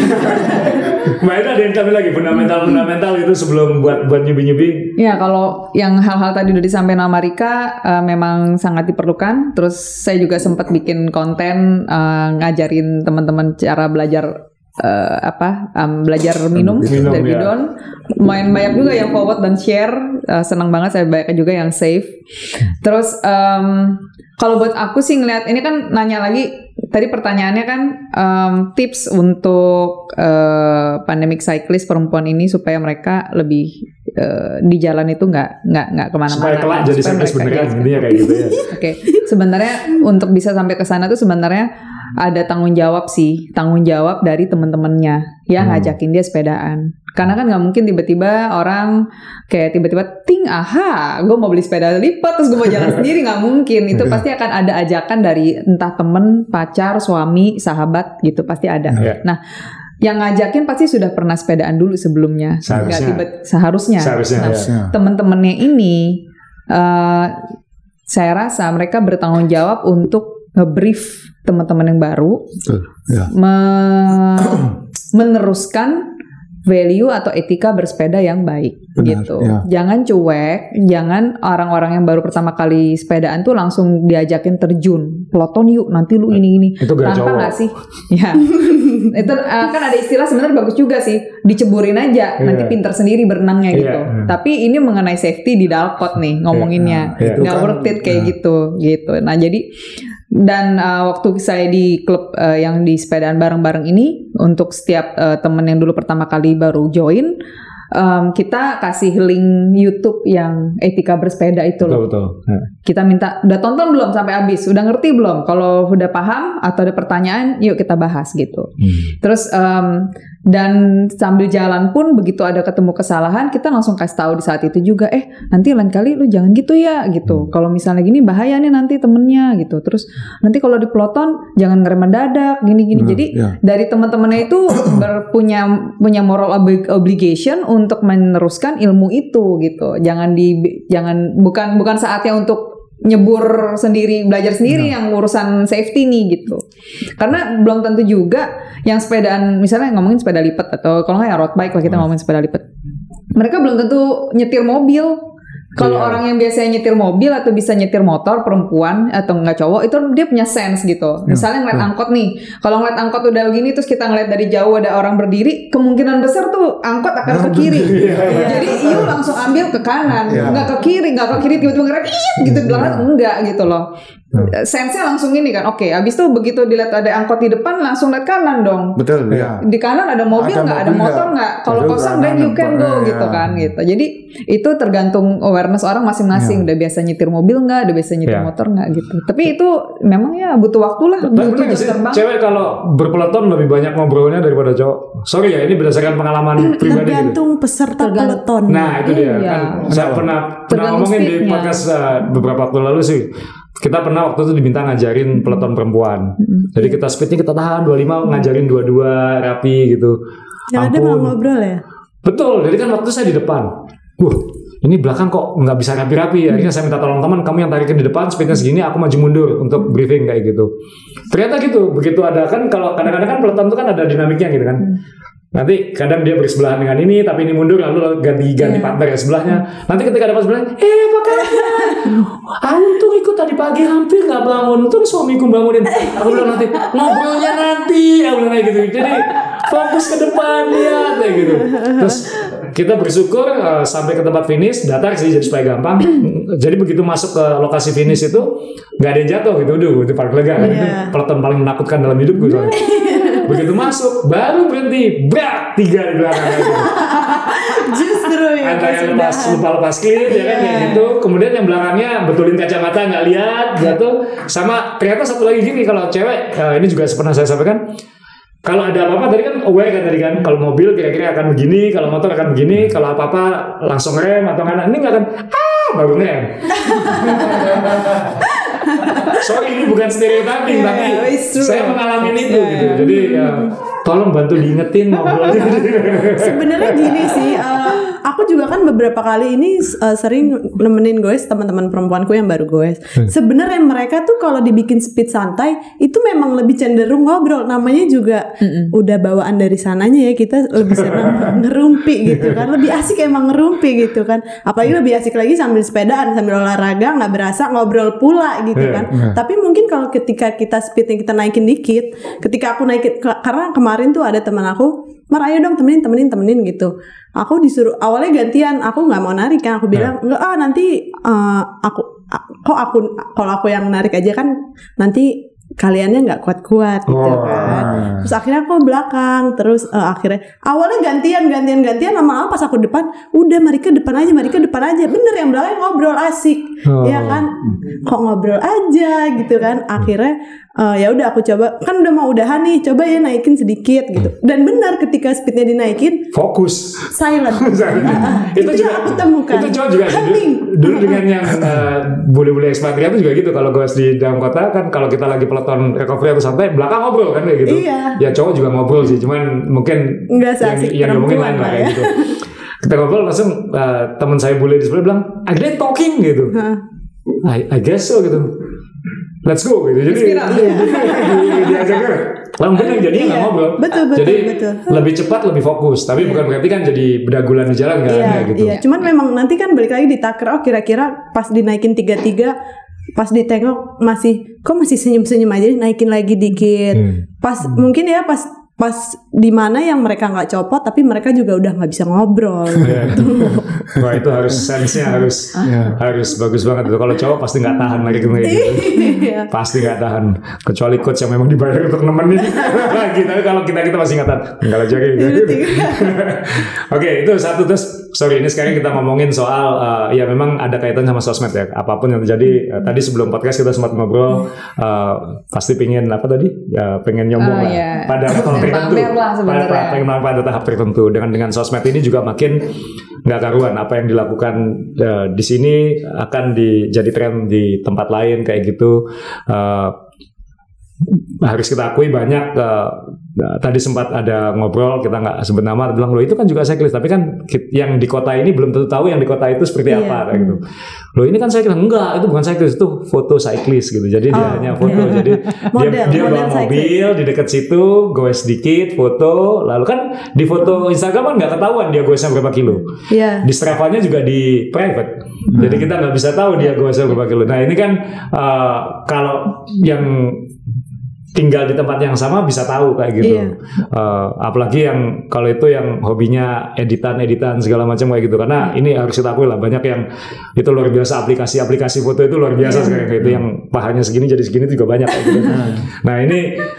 A: Mbak Eda ada yang tambahin lagi fundamental-fundamental itu sebelum buat buat nyubi-nyubi.
B: Ya kalau yang hal-hal tadi udah disampaikan sama Rika uh, memang sangat diperlukan. Terus saya juga sempat bikin konten uh, ngajarin teman-teman cara belajar uh, apa um, belajar minum, minum dari bidon. Ya. Lumayan banyak juga yang forward dan share. Uh, senang banget, saya banyak juga yang save. Terus um, kalau buat aku sih ngeliat ini kan nanya lagi tadi pertanyaannya kan um, tips untuk uh, pandemic cyclist perempuan ini supaya mereka lebih uh, di jalan itu nggak nggak nggak kemana-mana.
A: Supaya kelak jadi cyclist beneran intinya kayak gitu ya.
B: Oke, okay. Sebenarnya untuk bisa sampai ke sana tuh sebenarnya ada tanggung jawab sih, tanggung jawab dari teman-temannya yang hmm. ngajakin dia sepedaan. Karena kan nggak mungkin tiba-tiba orang kayak tiba-tiba ting aha gue mau beli sepeda lipat terus gue mau jalan sendiri, nggak mungkin. Itu pasti akan ada ajakan dari entah temen, pacar, suami, sahabat gitu, pasti ada. Yeah. Nah yang ngajakin pasti sudah pernah sepedaan dulu sebelumnya.
A: Seharusnya.
B: Nggak tiba seharusnya.
A: Seharusnya.
B: Nah,
A: ya.
B: Teman-temannya ini uh, saya rasa mereka bertanggung jawab untuk nge-brief teman-teman yang baru,
D: yeah.
B: me- meneruskan value atau etika bersepeda yang baik. Benar, gitu. Ya. Jangan cuek, jangan orang-orang yang baru pertama kali sepedaan tuh langsung diajakin terjun. Peloton yuk, nanti lu ini ini.
A: Itu gak
B: tanpa nggak sih? Ya. Itu uh, kan ada istilah sebenarnya bagus juga sih. Diceburin aja, yeah. nanti pinter sendiri berenangnya gitu. Yeah, yeah. Tapi ini mengenai safety di dalpot nih ngomonginnya. Yeah, yeah. Nggak worth it kayak yeah. gitu, gitu. Nah jadi dan uh, waktu saya di klub uh, yang di sepedaan bareng-bareng ini untuk setiap uh, temen yang dulu pertama kali baru join, um, kita kasih link YouTube yang etika bersepeda itu loh.
A: Betul, betul. Ya.
B: Kita minta, udah tonton belum sampai habis? Udah ngerti belum? Kalau udah paham atau ada pertanyaan, yuk kita bahas gitu. Hmm. Terus um, dan sambil jalan pun begitu ada ketemu kesalahan, kita langsung kasih tahu di saat itu juga, eh nanti lain kali lu jangan gitu ya gitu. Kalau misalnya gini bahaya nih nanti temennya gitu. Terus nanti kalau di peloton jangan ngerem mendadak gini-gini. Hmm, Jadi ya. dari teman-temannya itu berpunya punya moral obligation untuk meneruskan ilmu itu gitu. Jangan di jangan bukan bukan saatnya untuk nyebur sendiri, belajar sendiri nah. yang urusan safety nih gitu. Karena belum tentu juga yang sepedaan, misalnya ngomongin sepeda lipat atau kalau nggak ya road bike lah kita ngomongin sepeda lipat. Mereka belum tentu nyetir mobil. Kalau yeah. orang yang biasanya nyetir mobil atau bisa nyetir motor, perempuan atau nggak cowok, itu dia punya sense gitu. Misalnya ngeliat yeah. angkot nih, kalau ngeliat angkot udah begini terus kita ngeliat dari jauh ada orang berdiri, kemungkinan besar tuh angkot akan ke kiri. Yeah. Jadi you langsung ambil ke kanan, yeah. nggak ke kiri, nggak ke kiri tiba-tiba ngerem gitu belakang yeah. enggak gitu loh. Hmm. Sense-nya langsung ini kan, oke. Okay, abis itu begitu dilihat ada angkot di depan, langsung lihat kanan dong.
D: Betul. Ya.
B: Di kanan ada mobil nggak, ada, ada motor nggak? Kalau kosong then you can go ya. gitu kan, gitu. Jadi itu tergantung awareness orang masing-masing. Ya. Udah biasa nyetir mobil nggak, udah biasa nyetir ya. motor nggak, gitu. Tapi itu memang ya butuh waktu lah. Butuh
A: terbang. Cewek kalau berpeloton lebih banyak ngobrolnya daripada cowok. Sorry ya, ini berdasarkan pengalaman pribadi.
E: Tergantung gitu. peserta peloton.
A: Nah itu dia. Iya. Kan, saya pernah pernah ngomongin di podcast uh, beberapa waktu lalu sih. Kita pernah waktu itu diminta ngajarin peloton perempuan. Mm-hmm. Jadi kita speednya kita tahan dua puluh lima, ngajarin dua-dua rapi gitu.
E: Yang ada malah ngobrol ya?
A: Betul, jadi kan waktu saya di depan. Wah, ini belakang kok nggak bisa rapi-rapi. Akhirnya saya minta tolong teman, kamu yang tarikin di depan, speednya segini, aku maju mundur untuk briefing kayak gitu. Ternyata gitu, begitu ada kan kalau kadang-kadang kan peloton itu kan ada dinamiknya gitu kan. Nanti kadang dia bersebelahan dengan ini, tapi ini mundur lalu ganti-ganti yeah. partner ya sebelahnya. Nanti ketika dapat sebelah, eh apa kabar? Ah untung ikut tadi pagi hampir nggak bangun, untung suamiku bangunin. Aku bilang nanti ngobrolnya nanti, aku bilang kayak gitu. Jadi fokus ke depan lihat kayak gitu. Terus kita bersyukur uh, sampai ke tempat finish, datar sih jadi supaya gampang. Jadi begitu masuk ke lokasi finish itu nggak ada yang jatuh gitu, udah itu paling lega kan. Yeah. Itu peloton paling menakutkan dalam hidupku soalnya. Begitu masuk baru berhenti brak tiga di belakang gitu.
E: Justru ya
A: antara yang lepas lupa lepas klip ya kan kayak gitu. Kemudian yang belakangnya betulin kacamata nggak lihat jatuh. Sama ternyata satu lagi gini kalau cewek uh, ini juga pernah saya sampaikan. Kalau ada apa-apa tadi kan aware kan tadi kan kalau mobil kira-kira akan begini, kalau motor akan begini, kalau apa-apa langsung rem atau nggak ini nggak akan ah baru rem. Sorry ini bukan stereotyping yeah, tapi yeah, saya mengalami itu yeah, gitu. Jadi ya, tolong bantu diingetin ngobrolnya.
E: Sebenarnya gini sih, uh, aku juga kan beberapa kali ini uh, sering nemenin goes teman-teman perempuanku yang baru goes. Hmm. Sebenarnya mereka tuh kalau dibikin speed santai itu memang lebih cenderung ngobrol. Namanya juga Mm-mm. udah bawaan dari sananya ya, kita lebih senang ngerumpi gitu kan. Lebih asik emang ngerumpi gitu kan. Apalagi lebih asik lagi sambil sepedaan, sambil olahraga nggak berasa ngobrol pula gitu yeah, kan. Yeah. Tapi mungkin kalau ketika kita speednya kita naikin dikit, ketika aku naikin ke, karena kemarin tuh ada teman aku, Mar ayo dong temenin temenin temenin gitu. Aku disuruh awalnya gantian, aku nggak mau narik kan, aku bilang nggak ah nanti uh, aku kok aku kalau aku yang narik aja kan nanti kaliannya nggak kuat-kuat gitu oh. kan. Terus akhirnya aku belakang, terus uh, akhirnya awalnya gantian gantian gantian lama-lama pas aku depan, udah mari ke depan aja, mari ke depan aja. Bener yang belakang ngobrol asik, oh. ya kan? Kok ngobrol aja gitu kan? Akhirnya uh, ya udah aku coba, kan udah mau udahan nih, coba ya naikin sedikit gitu. Dan benar ketika speednya dinaikin,
A: fokus,
E: silent. uh, itu, itu juga, yang aku temukan.
A: Itu cowok juga sih. Dulu dengan yang uh, bule-bule ekspatriat itu juga gitu. Kalau gue di dalam kota kan, kalau kita lagi peloton recovery atau santai, belakang ngobrol kan kayak gitu.
E: Iya.
A: Ya cowok juga ngobrol sih, cuman mungkin yang, yang ngomongin lain lah kayak gitu. Kita ngobrol langsung uh, teman saya bule di sebelah bilang, "Are they talking?" gitu. Huh? I, I guess so gitu. Let's go gitu. Jadi diajakin. Lang bener jadinya nggak ngobrol.
E: Betul betul
A: jadi,
E: betul.
A: Lebih cepat lebih fokus. Tapi iya. bukan berarti kan jadi bedagulan di jalan kan
E: iya,
A: gitu.
E: Iya. Cuman memang nanti kan balik lagi ditaker. Oh kira-kira pas dinaikin tiga tiga, pas ditengok masih kok masih senyum-senyum aja, naikin lagi dikit. Hmm. Pas hmm. mungkin ya pas pas di mana yang mereka nggak copot tapi mereka juga udah nggak bisa ngobrol. Gitu.
A: Wah itu harus sense-nya harus
E: uh.
A: harus bagus banget itu. Kalau cowok pasti nggak tahan lagi kayak gitu. Pasti nggak tahan. Kecuali coach yang memang dibayar untuk nemenin lagi. Tapi kalau kita kita masih nggak tahan. Nggak aja gitu. Oke itu satu terus. Sorry ini sekarang kita ngomongin soal uh, ya memang ada kaitan sama sosmed ya. Apapun yang terjadi. Uh, tadi sebelum podcast kita sempat ngobrol. Uh, pasti pengen apa tadi? Ya pengen nyombong
B: oh,
A: lah.
B: Yeah.
A: Pada level tertentu. Pada pengen pada tahap tertentu. Dengan dengan sosmed ini juga makin nggak karuan. Apa yang dilakukan uh, di sini akan di, jadi tren di tempat lain kayak gitu. Uh, harus kita akui banyak uh, tadi sempat ada ngobrol kita nggak sebut nama bilang loh itu kan juga cyclist tapi kan yang di kota ini belum tentu tahu yang di kota itu seperti yeah. apa kayak gitu loh ini kan cyclist enggak itu bukan cyclist itu foto cyclist gitu jadi oh, dia hanya foto yeah. jadi model, dia dia bawa mobil di dekat situ goes sedikit foto lalu kan di foto Instagram kan nggak ketahuan dia goesnya berapa kilo yeah. di Strava-nya juga di private hmm. jadi kita nggak bisa tahu dia goesnya berapa kilo nah ini kan uh, kalau yang tinggal di tempat yang sama bisa tahu kayak gitu. Iya. Uh, apalagi yang kalau itu yang hobinya editan-editan segala macam kayak gitu. Karena ini harus kita akui lah banyak yang itu luar biasa aplikasi-aplikasi foto itu luar biasa iya. sekarang kayak gitu yang pahanya segini jadi segini juga banyak kayak gitu. Nah ini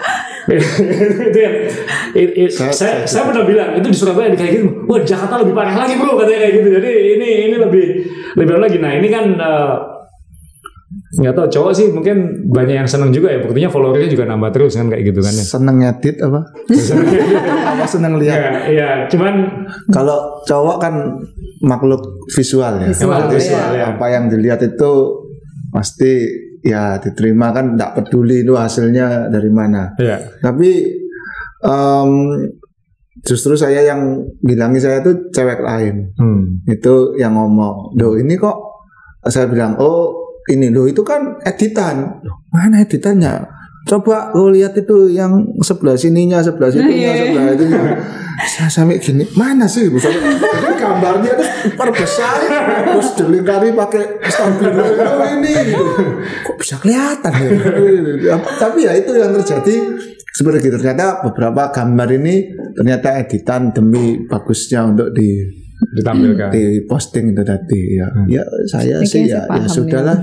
A: itu yang it, it, saya, saya, saya pernah bilang itu di Surabaya kayak gitu. Wah Jakarta lebih parah lagi bro katanya kayak gitu. Jadi ini ini lebih lebih lagi. Nah ini kan. Uh, nggak tahu cowok sih mungkin banyak yang seneng juga ya buktinya followernya juga nambah terus kan kayak gitu kan ya
D: seneng ngedit apa apa seneng lihat
A: ya, ya cuman
D: kalau cowok kan makhluk visual ya
B: visual,
D: visual ya. Apa yang dilihat itu pasti ya diterima kan nggak peduli itu hasilnya dari mana ya. Tapi um, justru saya yang bilangi saya tuh cewek lain hmm. itu yang ngomong doh ini kok saya bilang oh ini loh itu kan editan loh, mana editannya coba lo lihat itu yang sebelah sininya sebelah situnya sebelah itunya saya sampai gini mana sih jadi gambarnya itu perbesar terus dilingkari pakai stabilo oh ini gitu. Kok bisa kelihatan ya tapi ya itu yang terjadi seperti itu ternyata beberapa gambar ini ternyata editan demi bagusnya untuk di
A: ditampilkan
D: di posting itu tadi ya hmm. ya saya Bikin sih ya ya sudahlah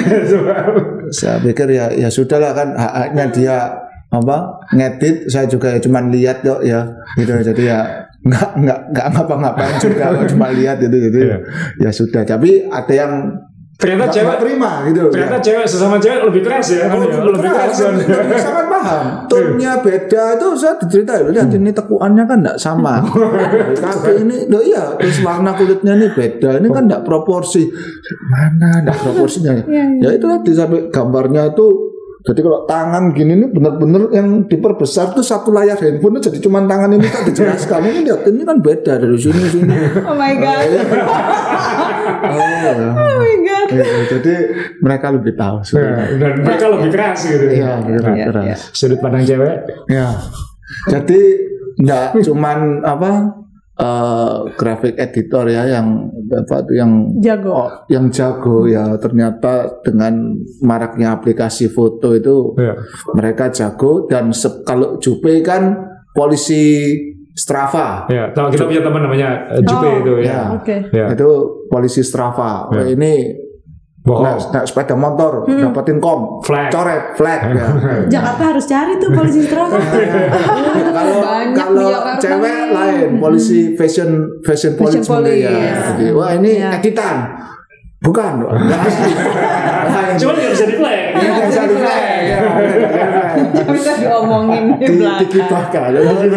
D: saya pikir ya ya sudahlah kan haknya dia apa ngedit saya juga ya cuma lihat kok ya gitu jadi ya nggak nggak nggak ngapa-ngapain juga cuma lihat gitu jadi yeah. ya sudah tapi ada yang
A: ternyata
D: gak,
A: cewek
D: gak terima gitu
A: ternyata
D: ya.
A: Cewek sesama cewek lebih keras ya
D: oh,
A: kan
D: lebih keras, keras kan, sangat paham tone-nya beda itu saya diceritain lihat ini tekuannya kan enggak sama kaki ini loh iya terus warna kulitnya ini beda ini kan enggak proporsi mana enggak proporsinya ya itu tadi sampai gambarnya itu jadi kalau tangan gini ini benar-benar yang diperbesar tuh satu layar handphone jadi cuma tangan ini tak dijelaskan ini lihat ini kan beda dari sini sini
B: oh my god
D: oh, ya.
B: oh my god
D: ya, jadi mereka lebih tahu
A: ya, dan mereka lebih keras gitu
D: ya, lebih
B: ya,
D: keras
B: ya.
A: Sudut pandang cewek
D: ya jadi nggak cuman apa uh, graphic editor ya yang apa tuh yang
E: jago
D: oh, yang jago ya ternyata dengan maraknya aplikasi foto itu yeah. mereka jago dan se- kalau Jupe kan polisi Strava
A: ya tahu kita punya teman namanya uh, Jupe
E: oh,
A: itu ya,
D: ya.
E: Okay.
D: ya itu polisi Strava yeah. ini Nah, nah, sepeda motor hmm. dapatin kom,
A: flag.
D: Coret, flag. Ya.
E: Jakarta harus cari tuh polisi Strava.
D: Kalau kalau cewek lain, polisi fashion fashion, fashion police ya. Jadi, wah ini ya. editan, bukan, nggak asli.
A: Cuma nggak bisa di flag,
D: nggak bisa di flag.
B: Nggak bisa diomongin di belakang.
D: Dikibahkan.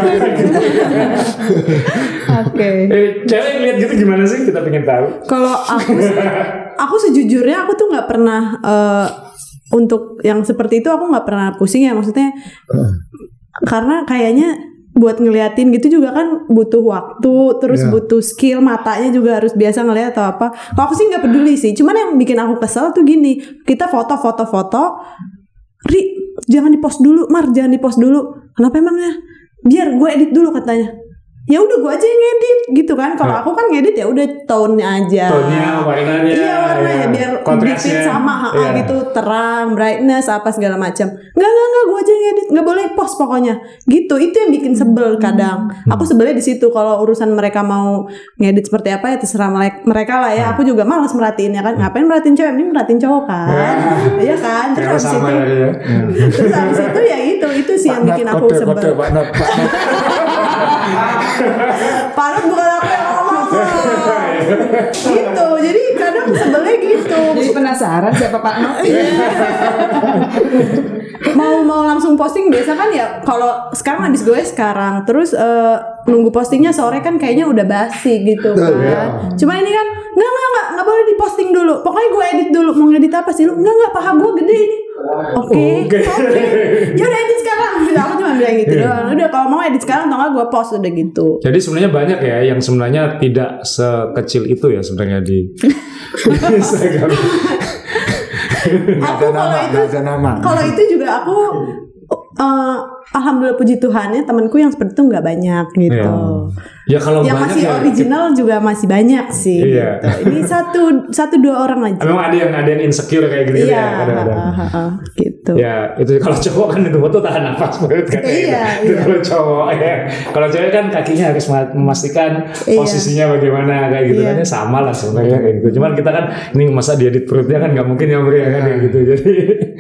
B: Oke.
A: Cewek lihat gitu gimana sih? Kita pengen tahu.
E: Kalau aku aku sejujurnya aku tuh nggak pernah uh, untuk yang seperti itu aku nggak pernah pusing ya maksudnya uh. karena kayaknya buat ngeliatin gitu juga kan butuh waktu terus yeah. butuh skill matanya juga harus biasa ngeliat atau apa. Kalau aku sih nggak peduli sih cuman yang bikin aku kesel tuh gini kita foto-foto-foto Ri jangan di post dulu Mar jangan di post dulu kenapa emangnya biar gue edit dulu katanya ya udah gue aja yang ngedit gitu kan. Kalau aku kan ngedit ya udah tone aja.
A: Tone-nya, warnanya.
E: Iya warnanya ya. Biar dipit sama ha, ya. Gitu terang, brightness apa segala macam. Enggak enggak enggak gue aja yang ngedit, nggak boleh post pokoknya. Gitu itu yang bikin sebel kadang. Hmm. Aku sebelnya di situ kalau urusan mereka mau ngedit seperti apa ya terserah mereka lah ya. Aku juga malas merhatiinnya kan. Ngapain merhatiin cewek, ini merhatiin cowok kan. Iya kan. Terus habis itu, ya. Terus habis itu ya itu itu sih yang bikin aku sebel. Pak Not bukan aku yang ngomong gitu, jadi kadang sebelnya gitu.
B: Jadi penasaran siapa Pak Not?
E: mau mau langsung posting biasa kan ya. Kalau sekarang habis gue sekarang terus uh, nunggu postingnya sore kan kayaknya udah basi gitu kan. Ya. Cuma ini kan nggak nggak nggak nggak boleh diposting dulu. Pokoknya gue edit dulu. Mau ngedit apa sih lu? Nggak nggak paha gue gede ini. Oke, oke. Ya udah edit sekarang. Aku cuma bilang gitu doang. Udah kalau mau edit sekarang atau nggak gue post udah gitu.
A: Jadi sebenarnya banyak ya yang sebenarnya tidak sekecil itu ya sebenarnya di Instagram.
E: Aku kalau itu kalau itu juga aku uh, alhamdulillah puji Tuhannya temanku yang seperti itu nggak banyak gitu.
A: Ya, ya kalau
E: yang
A: banyak
E: masih
A: ya,
E: original kita... juga masih banyak sih. Iya. Gitu. Ini satu satu dua orang aja.
A: Memang ada yang ada yang insecure kayak gitu
E: iya,
A: ya. Ada ada.
E: Uh, uh, uh, gitu.
A: Ya itu kalau cowok kan itu foto tahan nafas banget kan.
E: Iya.
A: Itu
E: iya.
A: kalau cowok ya. Kalau cewek kan kakinya harus memastikan posisinya iya. bagaimana kayak gitu iya. kan sama lah sebenarnya kayak gitu. Cuman kita kan ini masa diedit perutnya kan nggak mungkin ya Bri kan kayak gitu. Jadi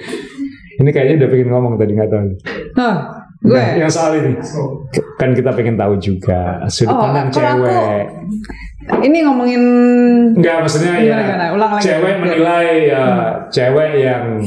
A: ini kayaknya udah pengen ngomong tadi nggak tahu.
B: Hah. Gue
A: nah, yang soal ini kan kita pengen tahu juga sudut oh, pandang cewek.
B: Aku, ini ngomongin
A: enggak maksudnya ya
B: gimana, ulang lagi.
A: Cewek menilai ya cewek yang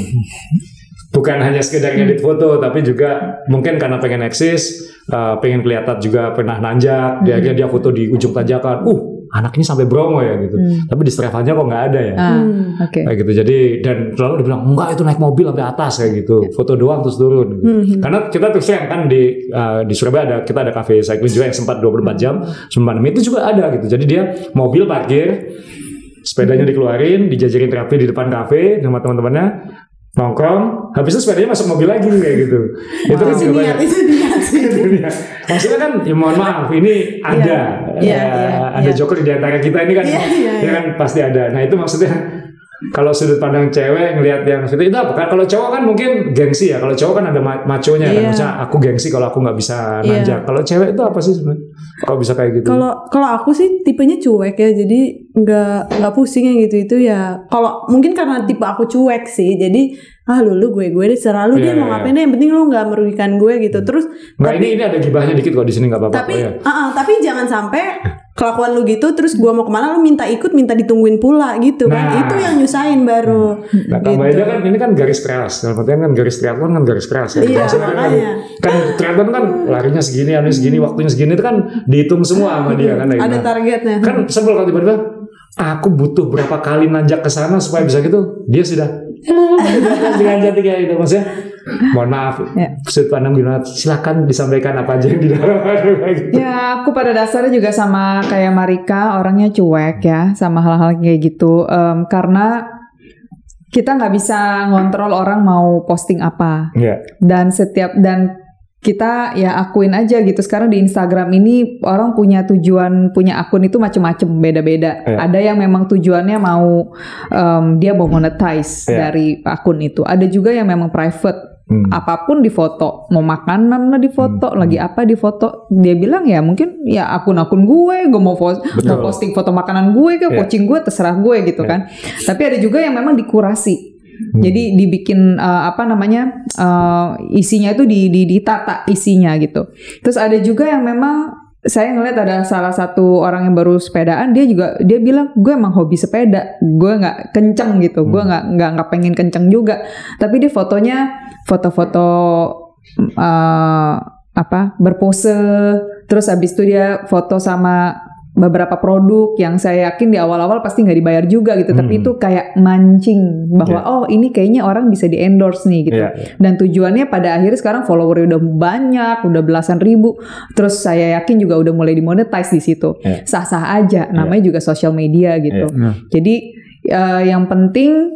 A: bukan hanya sekedar ngedit foto tapi juga mungkin karena pengen eksis, uh, pengen kelihatan juga pernah nanjak, dia hmm. dia foto di ujung tanjakan. Uh anaknya sampai Bromo ya gitu, hmm. tapi di Strava-nya kok nggak ada ya,
B: hmm. okay.
A: kayak gitu. Jadi dan selalu dibilang enggak itu naik mobil sampai atas kayak gitu, foto doang terus turun. Gitu. Hmm. Karena kita terus yang kan di uh, di Surabaya ada kita ada cafe cycling juga yang sempat dua puluh empat jam, sebelum pandemi itu juga ada gitu. Jadi dia mobil parkir, sepedanya dikeluarin, dijajarin rapi di depan cafe sama teman-temannya. Nongkrong, habis itu sepedanya masuk mobil lagi kayak gitu. Wow. Itu kan juga banyak.
E: Itu niat, itu niat.
A: Maksudnya kan, ya mohon maaf, ini ada,
E: yeah, yeah,
A: ya,
E: yeah,
A: ada
E: yeah.
A: joker di antara kita ini kan,
E: yeah, yeah,
A: ya kan yeah. pasti ada. Nah itu maksudnya kalau sudut pandang cewek ngelihat yang itu itu apa? Kalau cowok kan mungkin gengsi ya. Kalau cowok kan ada maconya yeah. kan, maksudnya aku gengsi kalau aku nggak bisa nanjak. Yeah. Kalau cewek itu apa sih sebenarnya? Kalau bisa kayak gitu?
E: Kalau kalau aku sih tipenya cuek ya, jadi nggak nggak pusing ya gitu itu ya. Kalau mungkin karena tipe aku cuek sih, jadi ah lu lu gue gue deh serah lu yeah, dia mau ngapain deh, yang penting lu nggak merugikan gue gitu. Terus
A: nggak ini ini ada gibahnya dikit kok di sini nggak apa-apa.
E: Tapi
A: ya.
E: uh, uh, tapi jangan sampai kelakuan lu gitu terus gue mau kemana lu minta ikut minta ditungguin pula gitu nah, kan itu yang nyusahin baru.
A: Nah tambah gitu. Kan ini kan garis keras, dalam artian kan garis triathlon kan garis keras ya.
E: Iya, makanya.
A: Kan triathlon kan larinya segini, anu segini, waktunya segini itu kan dihitung semua sama dia kan.
E: Ada targetnya.
A: Kan sebel kalau tiba-tiba aku butuh berapa kali nanjak ke sana supaya bisa gitu, dia sudah dengan jati kayak gitu maksudnya. Mohon maaf, ya. Sudut pandang gimana? Silakan disampaikan apa aja yang di dalam. Gitu.
B: Ya, aku pada dasarnya juga sama kayak Marika, orangnya cuek ya, sama hal-hal kayak gitu. Um, karena kita nggak bisa ngontrol orang mau posting apa. Ya. Dan setiap dan kita ya akuin aja gitu. Sekarang di Instagram ini orang punya tujuan, punya akun itu macam-macam, beda-beda. Ya. Ada yang memang tujuannya mau um, dia mau monetize ya. Dari akun itu. Ada juga yang memang private. Hmm. Apapun difoto, mau makanan lah difoto, hmm. lagi apa difoto. Dia bilang ya mungkin ya akun-akun gue, gue mau, fo- mau posting foto makanan gue ke yeah. coaching gue terserah gue gitu yeah. kan. Tapi ada juga yang memang dikurasi. Hmm. Jadi dibikin uh, apa namanya uh, isinya itu di, di ditata isinya gitu. Terus ada juga yang memang saya ngeliat ada salah satu orang yang baru sepedaan, dia juga dia bilang gue emang hobi sepeda, gue nggak kenceng gitu, gue nggak nggak nggak pengen kenceng juga, tapi dia fotonya foto-foto uh, apa berpose, terus abis itu dia foto sama beberapa produk yang saya yakin di awal-awal pasti nggak dibayar juga gitu, hmm. tapi itu kayak mancing bahwa yeah. oh ini kayaknya orang bisa di endorse nih gitu, yeah, yeah. dan tujuannya pada akhirnya sekarang followernya udah banyak, udah belasan ribu, terus saya yakin juga udah mulai dimonetize di situ, yeah. sah-sah aja, namanya yeah. juga sosial media gitu, yeah. jadi uh, yang penting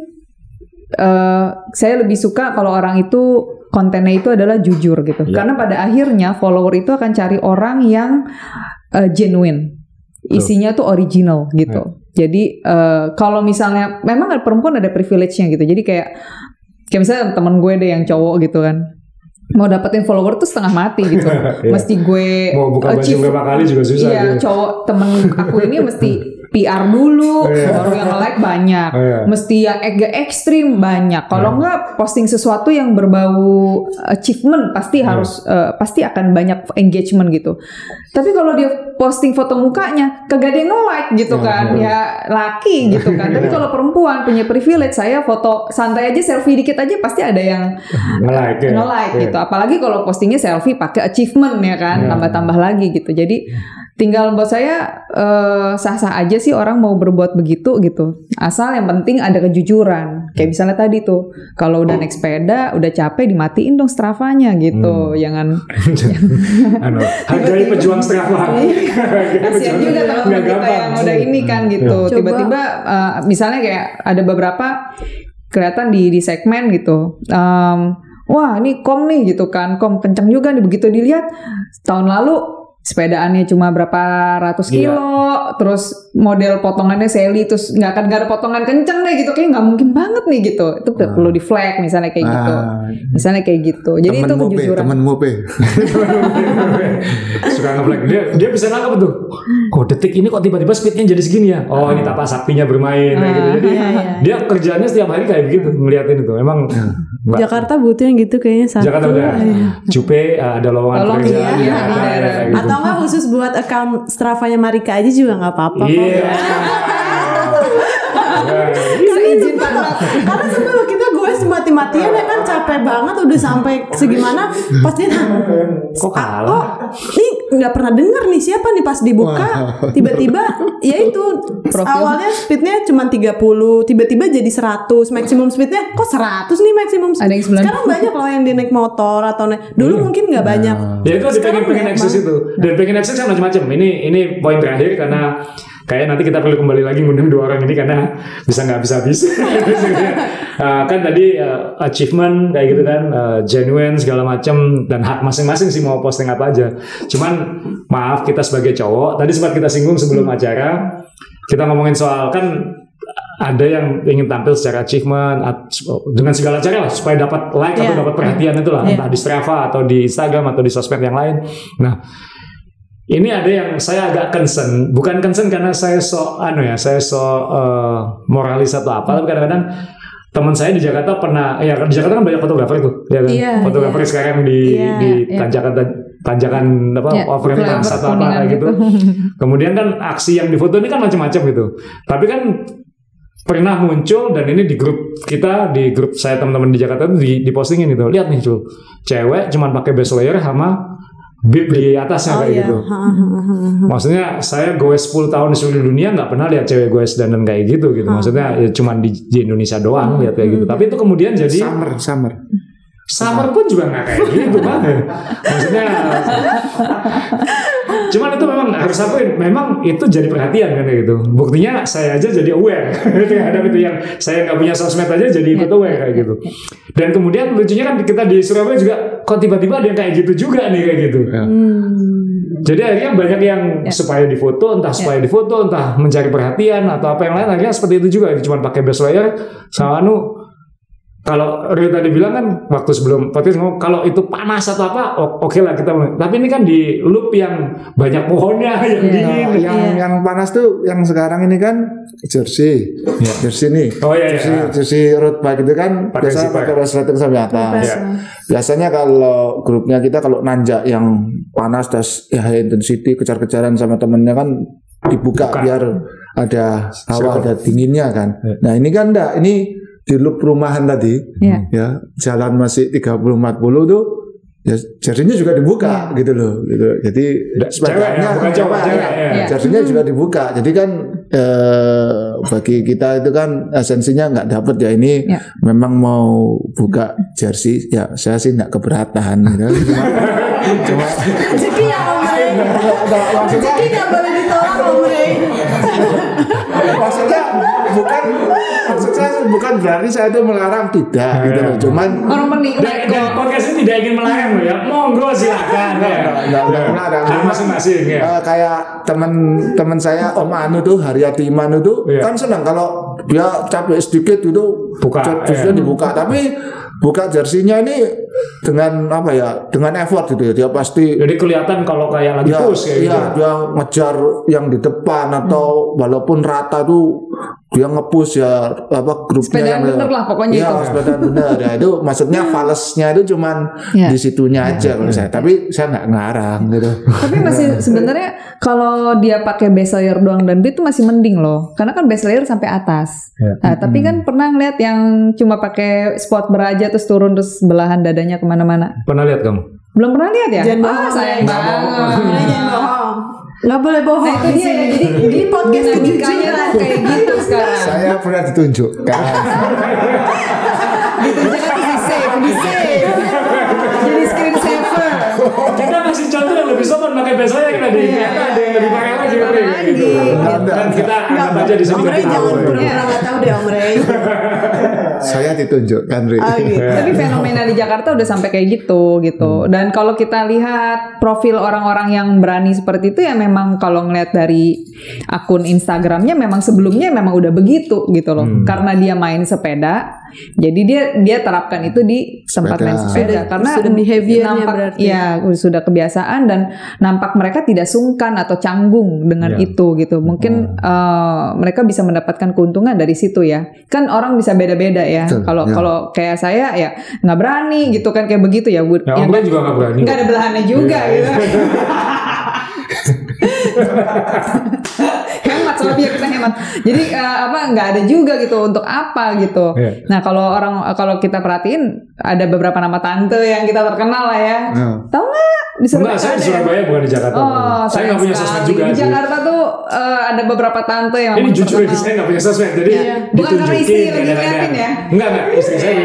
B: uh, saya lebih suka kalau orang itu kontennya itu adalah jujur gitu, yeah. karena pada akhirnya follower itu akan cari orang yang uh, genuine, isinya tuh original gitu. Hmm. Jadi uh, kalau misalnya memang ada perempuan ada privilege-nya gitu. Jadi kayak kayak misalnya teman gue deh yang cowok gitu kan, mau dapetin follower tuh setengah mati gitu. Mesti gue
A: mau buka baju berapa kali juga susah.
B: Iya, gitu. Cowok temen aku ini mesti P R dulu, baru yang like banyak. Mesti yang agak ekstrim banyak. Kalau enggak posting sesuatu yang berbau achievement pasti harus uh, pasti akan banyak engagement gitu. Tapi kalau dia posting foto mukanya kagak ada yang nge-like gitu kan, ya laki gitu kan. Tapi kalau perempuan punya privilege, saya foto santai aja selfie dikit aja pasti ada yang nge-like, uh, nge-like ya. Gitu. Apalagi kalau postingnya selfie pakai achievement ya kan, tambah-tambah lagi gitu. Jadi tinggal buat saya uh, sah-sah aja sih orang mau berbuat begitu gitu. Asal yang penting ada kejujuran. Kayak misalnya tadi tuh, kalau udah naik sepeda, udah capek dimatiin dong Strava-nya gitu. Hmm. Jangan
A: anu, hargai pejuang Strava.
B: Kasian juga teman-teman kita yang udah ini kan gitu. Ya. Tiba-tiba uh, misalnya kayak ada beberapa kelihatan di di segmen gitu. Um, wah, ini kom nih gitu kan. Kom kenceng juga nih, begitu dilihat tahun lalu sepedaannya cuma berapa ratus kilo, yeah. Terus model potongannya Sally, terus nggak akan nggak ada potongan kenceng deh gitu, kayak nggak mungkin banget nih gitu. Itu ah. perlu di flag misalnya kayak ah. gitu, misalnya kayak gitu. Jadi temen itu kejujuran.
D: Temenmu pe,
A: suka nge-flag. Dia dia bisa nangkep tuh. Kok detik ini kok tiba-tiba speednya jadi segini ya? Oh ini tapak saktinya bermain kayak gitu. Jadi iya, iya. dia kerjanya setiap hari kayak begitu, ngeliatin itu. Emang
E: Mbak. Jakarta butuh yang gitu kayaknya satu.
A: Jakarta udah. Iya. Jupe ada lowongan pekerjaan.
E: Iya, iya, iya. Atau nggak khusus buat account Strava-nya Marika aja juga nggak apa-apa.
A: Iya.
E: Karena izin banget. Karena sebelum kita gue mati-matian ya kan capek banget udah sampai segimana pas dia
A: kok kalah?
E: Oh, ini nggak pernah denger nih siapa nih pas dibuka tiba-tiba ya itu awalnya speednya cuma tiga puluh tiba-tiba jadi seratus maksimum speednya kok seratus nih maksimum speed. Sekarang banyak loh yang dia naik motor atau naik dulu hmm. mungkin nggak banyak.
A: Ya itu pengen pengen akses itu dan pengen akses kan macam-macam. Ini ini poin terakhir karena kayaknya nanti kita perlu kembali lagi ngundang dua orang ini karena bisa nggak habis-habis. uh, kan tadi uh, achievement kayak gitu kan, uh, genuine segala macam dan hak masing-masing sih mau posting apa aja. Cuman maaf kita sebagai cowok tadi sempat kita singgung sebelum acara kita ngomongin soal kan ada yang ingin tampil secara achievement dengan segala cara lah supaya dapat like yeah. atau dapat perhatian itulah yeah. entah di Strava atau di Instagram atau di sosmed yang lain. Nah. Ini ada yang saya agak concern, bukan concern karena saya so anu ya, saya so uh, moralis atau apa, tapi kadang-kadang teman saya di Jakarta pernah, ya di Jakarta kan banyak fotografer itu, ya kan, yeah, fotografer yeah. sekarang di yeah, di yeah. tanjakan tanjakan apa, yeah, overpass atau apa kayak gitu. Kemudian kan aksi yang difoto ini kan macam-macam gitu, tapi kan pernah muncul dan ini di grup kita, di grup saya teman-teman di Jakarta itu di, di postingin gitu, lihat nih tuh, cewek cuman pakai base layer sama bib di atasnya oh, kayak iya. gitu. Maksudnya saya goes sepuluh tahun di seluruh dunia nggak pernah lihat cewek goes dandan kayak gitu gitu. Maksudnya ya cuma di, di Indonesia doang lihat kayak gitu. Tapi itu kemudian jadi
D: summer summer.
A: Summer pun juga nggak kayak gitu kan. Maksudnya cuman itu memang harus akuin, memang itu jadi perhatian kan kayak gitu. Buktinya saya aja jadi aware. Ada itu yang saya nggak punya sosmed aja jadi ikut aware kayak gitu. Dan kemudian lucunya kan kita di Surabaya juga kok tiba-tiba ada yang kayak gitu juga nih kayak gitu. Hmm. Jadi akhirnya banyak yang ya. supaya difoto, entah supaya ya. difoto, entah mencari perhatian atau apa yang lain. Akhirnya seperti itu juga, cuma pakai base layer sama anu. Kalau Rio tadi bilang kan waktu sebelum podcast ngomong kalau itu panas atau apa, oke okay lah kita. Tapi ini kan di loop yang banyak pohonnya yang yeah. dingin.
D: Yang yeah. yang panas tuh yang sekarang ini kan jersey, yeah. jersey nih.
A: Oh iya.
D: Jersey,
A: yeah.
D: jersey road bike itu kan pake biasa pakai resleting sampai atas. Yeah. Biasanya kalau grupnya kita kalau nanjak yang panas terus ya high intensity kejar-kejaran sama temennya kan dibuka Buka. biar ada hawa, ada dinginnya kan. Yeah. Nah ini kan enggak, ini di loop perumahan tadi, yeah. ya jalan masih tiga puluh empat puluh tuh, ya jadinya juga dibuka yeah. gitu loh, gitu. Jadi sepedanya
A: bukan cewek, ya,
D: jadinya juga dibuka. Jadi kan eh, bagi kita itu kan esensinya nggak dapet ya ini yeah. memang mau buka jersey, ya saya sih nggak keberatan. Gitu. Cuma, cuma
E: rezeki yang rezeki nggak boleh ditolak om Rey.
D: Maksudnya bukan maksud saya bukan berarti saya itu melarang tidak
A: ya,
D: gitu loh. Cuman
B: orang menikmati
A: dan podcast ini tidak ingin melarang loh ya. Monggo silakan ya.
D: Enggak enggak melarang.
A: Masing-masing ya.
D: Uh, kayak teman-teman saya Om Anu tuh Haryati Iman itu yeah. kan senang kalau dia capek sedikit itu
A: buka
D: jersey dibuka, tapi buka jersinya ini dengan apa ya, dengan effort gitu ya, dia pasti
A: jadi kelihatan kalau kayak lagi
D: ya,
A: push kayak
D: ya,
A: gitu.
D: Dia ngejar yang di depan atau hmm. walaupun rata tuh dia nge-push ya apa grupnya
B: sepedaan
D: yang
B: bener lah pokoknya
D: ya,
B: itu
D: sepedaan bener ya itu maksudnya falesnya itu cuman
B: ya.
D: di situnya aja kalau saya, tapi saya nggak ngarang gitu.
B: Tapi masih sebenarnya kalau dia pakai base layer doang dan beat itu masih mending loh, karena kan base layer sampai atas. Ya. Nah, tapi kan pernah ngeliat yang cuma pakai sport bra aja terus turun terus belahan dadanya kemana-mana.
A: Pernah lihat kamu?
B: Belum pernah lihat ya?
E: Jangan
B: ah, sayang banget.
E: Jangan bohong. Nggak boleh bohong.
B: Nah, itu dia ya. Jadi
E: ini podcast
B: dinamikanya tuh kayak gitu sekarang.
D: Saya pernah ditunjukkan.
B: Ditunjukkan di save, di save. Jadi screen saver.
A: Kita masih contoh yang lebih sopan pakai base layer tadi. Ternyata ada yang lebih pakai lagi gitu. Dan kita anggap aja di sini.
E: Om Ray jangan pura-pura nggak tahu deh Om Ray.
D: Saya ditunjukkan Ri.
E: Oh, gitu.
B: Tapi fenomena di Jakarta udah sampai kayak gitu gitu. Dan kalau kita lihat profil orang-orang yang berani seperti itu ya memang kalau ngeliat dari akun Instagramnya memang sebelumnya memang udah begitu gitu loh. Hmm. Karena dia main sepeda, jadi dia dia terapkan itu di tempat main sepeda karena
E: sudah behaviornya
B: nampak
E: berarti.
B: Ya sudah kebiasaan dan nampak mereka tidak sungkan atau canggung dengan ya. Itu gitu. Mungkin hmm. uh, mereka bisa mendapatkan keuntungan dari situ ya. Kan orang bisa beda-beda ya. Kalau ya. Kalau kayak saya ya nggak berani gitu kan kayak begitu ya.
A: Ya Om Ray juga nggak berani.
B: Nggak ada belahannya juga ya. Gitu. Hemat soalnya biar kita hemat. Jadi uh, apa nggak ada juga gitu untuk apa gitu. Yeah. Nah kalau orang kalau kita perhatiin ada beberapa nama tante yang kita terkenal lah ya. Yeah. Tahu nggak? Di
A: Enggak, saya di Surabaya bukan di Jakarta.
B: Oh,
A: saya nggak punya sosmed juga.
B: Di Jakarta tuh uh, ada beberapa tante yang
A: ini jujur ini saya nggak punya sosmed, jadi
B: yeah. Bukan karena istri lagi ngeliatin ya?
A: Enggak enggak istri saya.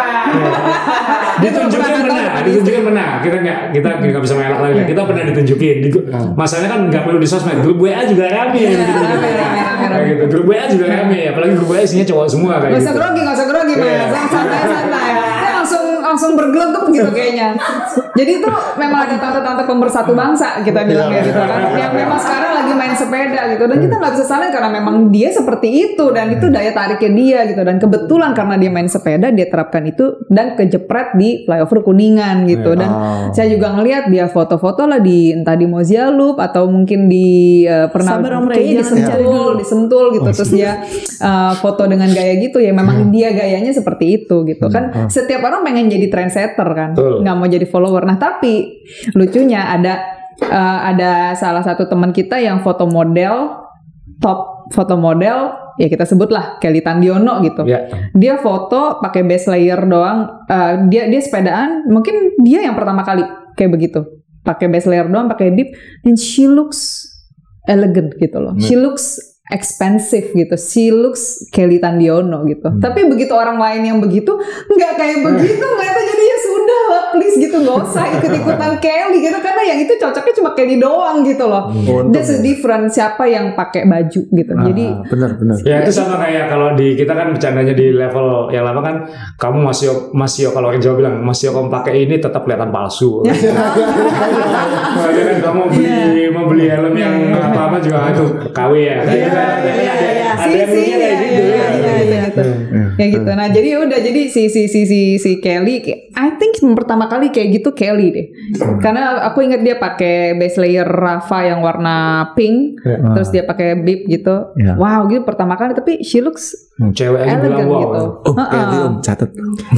A: Ditunjukin pernah, ditunjukin pernah. Kita nggak kita nggak bisa mengelak lagi. Kita pernah ditunjukin. Masalahnya kan nggak perlu di sosmed. Grup W A juga rame. Kayak gitu. Grup W A juga rame. Apalagi grup W A isinya cowok semua kayak gitu.
B: Nggak usah grogi, nggak usah grogi mas. Santai-santai. langsung langsung bergelegep gitu kayaknya. Jadi itu memang ada tante-tante pemersatu bangsa kita bilang ya gitu kan, yang memang sekarang lagi main sepeda gitu, dan kita nggak bisa salin karena memang dia seperti itu dan itu daya tariknya dia gitu, dan kebetulan karena dia main sepeda dia terapkan itu dan kejepret di flyover Kuningan gitu. Dan oh. saya juga ngelihat dia foto-foto lah di entah di Mozia Loop atau mungkin di uh, pernah kayaknya disentul disentul gitu, terus dia uh, foto dengan gaya gitu ya, memang dia gayanya seperti itu gitu kan. Setiap orang pengen jadi trendsetter kan, nggak mau jadi follower. Nah tapi lucunya ada uh, ada salah satu teman kita yang foto model, top foto model, ya kita sebutlah Kelly Tandiono gitu. Yeah. Dia foto pakai base layer doang. Uh, dia dia sepedaan, mungkin dia yang pertama kali kayak begitu, pakai base layer doang, pakai bib, and she looks elegant gitu loh. Yeah. She looks expensive gitu, she looks Kelly Tandiono gitu. Hmm. Tapi begitu orang lain yang begitu nggak kayak begitu, nggak tahu, jadi ya sudah lah, please gitu, nggak usah ikut-ikutan Kelly gitu, karena yang itu cocoknya cuma Kelly doang gitu loh. Hmm. That's the difference, siapa yang pakai baju gitu. Ah, jadi
D: benar-benar.
A: Ya itu sama kayak kalau di kita kan bercandanya di level yang lama kan, kamu masih masih kalau orang Jawa bilang masih kamu pakai ini tetap kelihatan palsu. Makanya kan kamu beli yeah. mau beli helm yang yeah. apa-apa juga itu K W ya.
B: Yeah. Ada yang punya kayak gitu ya, gitu. Ya gitu. Nah jadi udah, jadi si si si si si Kelly, I think pertama kali kayak gitu Kelly deh. Hmm. Karena aku ingat dia pakai base layer Rafa yang warna pink, yeah. terus dia pakai bib gitu. Yeah. Wow gitu pertama kali, tapi she looks
A: cewek aja bilang wow
B: gitu.
D: Oh Kelly om catat.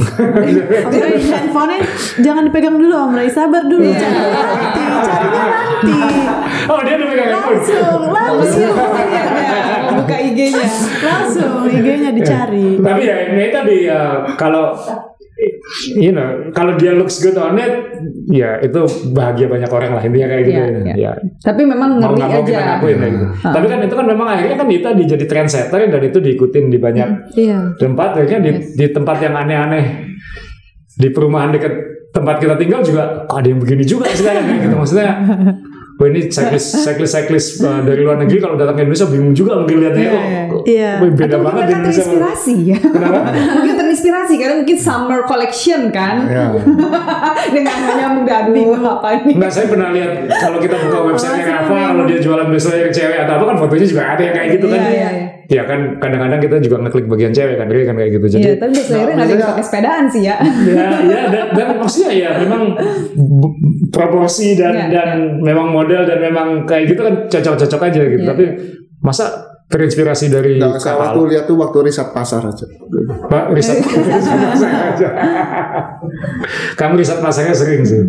E: Jadi handphonenya jangan dipegang dulu Om Ray, sabar dulu. Yeah. Nanti carinya nanti.
A: Oh dia udah pegang handphone.
E: Langsung langsung.
B: Buka I G-nya
E: langsung, I G-nya dicari.
A: Tapi ya ini tadi ya, kalau you know, kalau dia looks good on it, ya itu bahagia banyak orang lah intinya kayak gitu.
B: Ya, ya. Ya. Tapi memang ngeri
A: mau,
B: aja.
A: Ngakuin, kayak gitu. Hmm. Tapi kan itu kan memang akhirnya kan kita jadi trendsetter dan itu diikutin di banyak
B: yeah.
A: tempat, akhirnya di, yes. di tempat yang aneh-aneh di perumahan dekat tempat kita tinggal juga ada yang begini juga sekarang kayak gitu, maksudnya. wah ini cyclist cyclist cyclist uh, dari luar negeri kalau datang ke Indonesia bingung juga mungkin lihatnya
B: Iya,
A: kok.
B: iya.
E: Iya.
A: Wih, beda
B: Atau
A: banget
B: mungkin mereka
A: Indonesia.
B: terinspirasi ya.
A: Kenapa?
B: Mungkin terinspirasi karena mungkin summer collection kan.
D: Ya.
B: Dengan nyambung aduh apa ini.
A: Enggak, saya pernah lihat kalau kita buka websitenya Rafa, kalau dia jualan bestseller cewek atau apa kan fotonya juga ada yang kayak gitu kan.
B: Iya, iya, iya.
A: Ya kan kadang-kadang kita juga ngeklik bagian cewek kan, kan kayak gitu. Jadi
B: Iya, tapi biasanya nggak ada yang pakai sepedaan sih ya.
A: ya, ya dan, dan maksudnya ya memang b- proporsi dan
B: Ya,
A: dan memang model dan memang kayak gitu kan cocok-cocok aja gitu.
B: Ya.
A: Tapi masa terinspirasi dari
D: Nah, saya
A: kapal?
D: waktu lihat tuh waktu riset pasar aja.
A: Pak, riset pasar aja. Kamu riset pasarnya sering sih.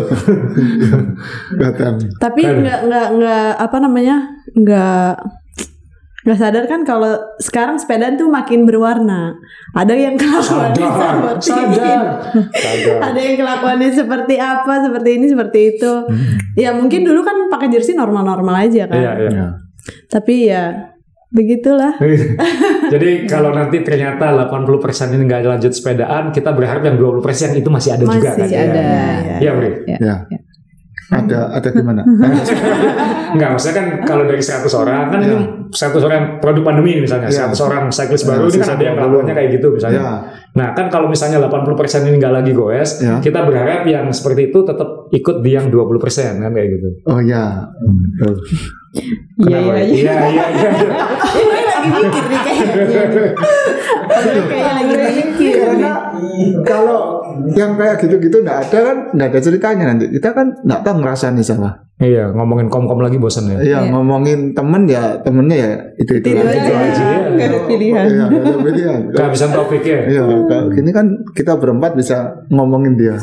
D: Datang.
E: Tapi
A: Kan.
E: nggak nggak nggak apa namanya nggak nggak sadar kan kalau sekarang sepedaan tuh makin berwarna. Ada yang kelakuannya
A: Sadar,
E: seperti
A: sadar,
E: ini.
A: sadar.
E: Ada yang kelakuannya seperti apa, seperti ini, seperti itu. Ya mungkin dulu kan pakai jersey normal-normal aja kan.
A: Iya, iya.
D: Ya.
E: Tapi ya begitulah.
A: Jadi kalau nanti ternyata delapan puluh persen ini nggak lanjut sepedaan, kita berharap yang dua puluh persen itu masih ada juga kan?
E: Masih
B: ada.
A: Ya, ya, Bri.
B: Ya.
D: Ya. Ada ada gimana?
A: Enggak, maksudnya kan kalau dari seratus orang kan ini seratus orang produk pandemi misalnya,
D: Ya.
A: seratus orang cyclist
D: Ya,
A: baru ini kan
D: sisa
A: ada yang
D: dua puluh.
A: kelakuannya kayak gitu misalnya.
D: Ya.
A: Nah kan kalau misalnya delapan puluh persen ini nggak lagi goes,
D: Ya.
A: kita berharap yang seperti itu tetap ikut di yang dua puluh persen kan kayak gitu.
D: Oh ya. Betul.
B: Iya,
A: Kenapa?
B: iya, iya.
A: Iya, iya, iya.
E: Ini lagi mikir nih kayaknya. Kayaknya lagi mikir.
D: Karena kalau yang kayak gitu-gitu nggak ada kan, nggak ada ceritanya nanti. Kita kan nggak tahu ngerasain salah.
A: Iya, ngomongin kom-kom lagi bosan ya.
D: Iya, ngomongin temen ya temennya ya itu itu
E: Itu
D: aja.
E: aja.
A: aja.
B: Nggak ada pilihan.
D: Iya, nggak ada pilihan.
A: Kehabisan topiknya.
D: Iya, kalau gini kan kita berempat bisa ngomongin dia.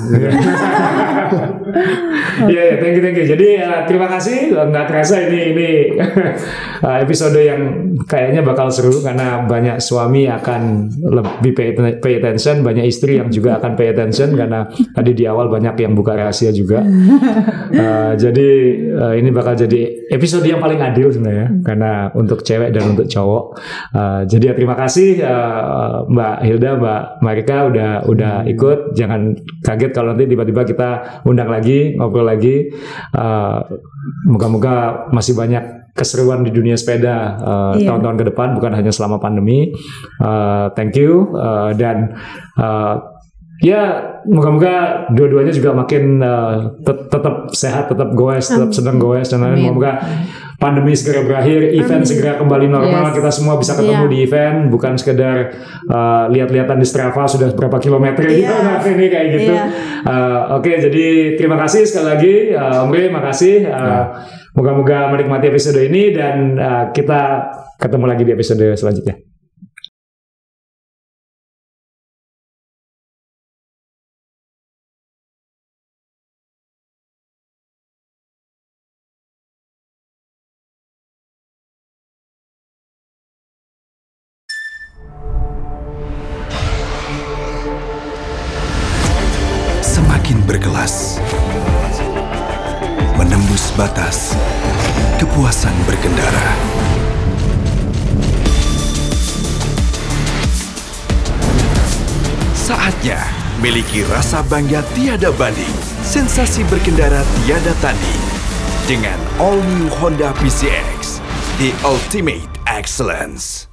A: Iya, ya, thank you, thank you. Jadi uh, terima kasih. Nggak terasa ini ini uh, episode yang kayaknya bakal seru karena banyak suami akan lebih pay, pay attention, banyak istri yang juga akan pay attention karena tadi di awal banyak yang buka rahasia juga. Uh, jadi uh, ini bakal jadi episode yang paling adil sebenarnya karena untuk cewek dan untuk cowok. Uh, jadi ya, terima kasih uh, Mbak Hilda, Mbak Marika udah udah ikut. Jangan kaget kalau nanti tiba-tiba kita undang lagi, ngobrol lagi. Uh, moga-moga masih banyak keseruan di dunia sepeda uh,
B: Iya.
A: tahun-tahun ke depan, bukan hanya selama pandemi. Uh, thank you uh, dan uh, ya moga-moga dua-duanya juga makin uh, tet- tetap sehat, tetap goes, tetap senang goes dan lain-lain.
B: Amin.
A: Moga pandemi segera berakhir, event segera kembali normal,
B: Yes.
A: kita semua bisa ketemu
E: Iya.
A: di event, bukan sekedar uh, lihat-lihatan di Strava sudah berapa kilometer gitu.
E: Iya.
A: Nah, ini kayak gitu.
E: Iya.
A: Uh, Oke, jadi terima kasih sekali lagi, uh, Om Rey, makasih. Uh, Moga-moga menikmati episode ini dan uh, kita ketemu lagi di episode selanjutnya.
C: Semakin berkelas, menembus batas, kepuasan berkendara. Saatnya miliki rasa bangga tiada banding, sensasi berkendara tiada tanding. Dengan All New Honda P C X, The Ultimate Excellence.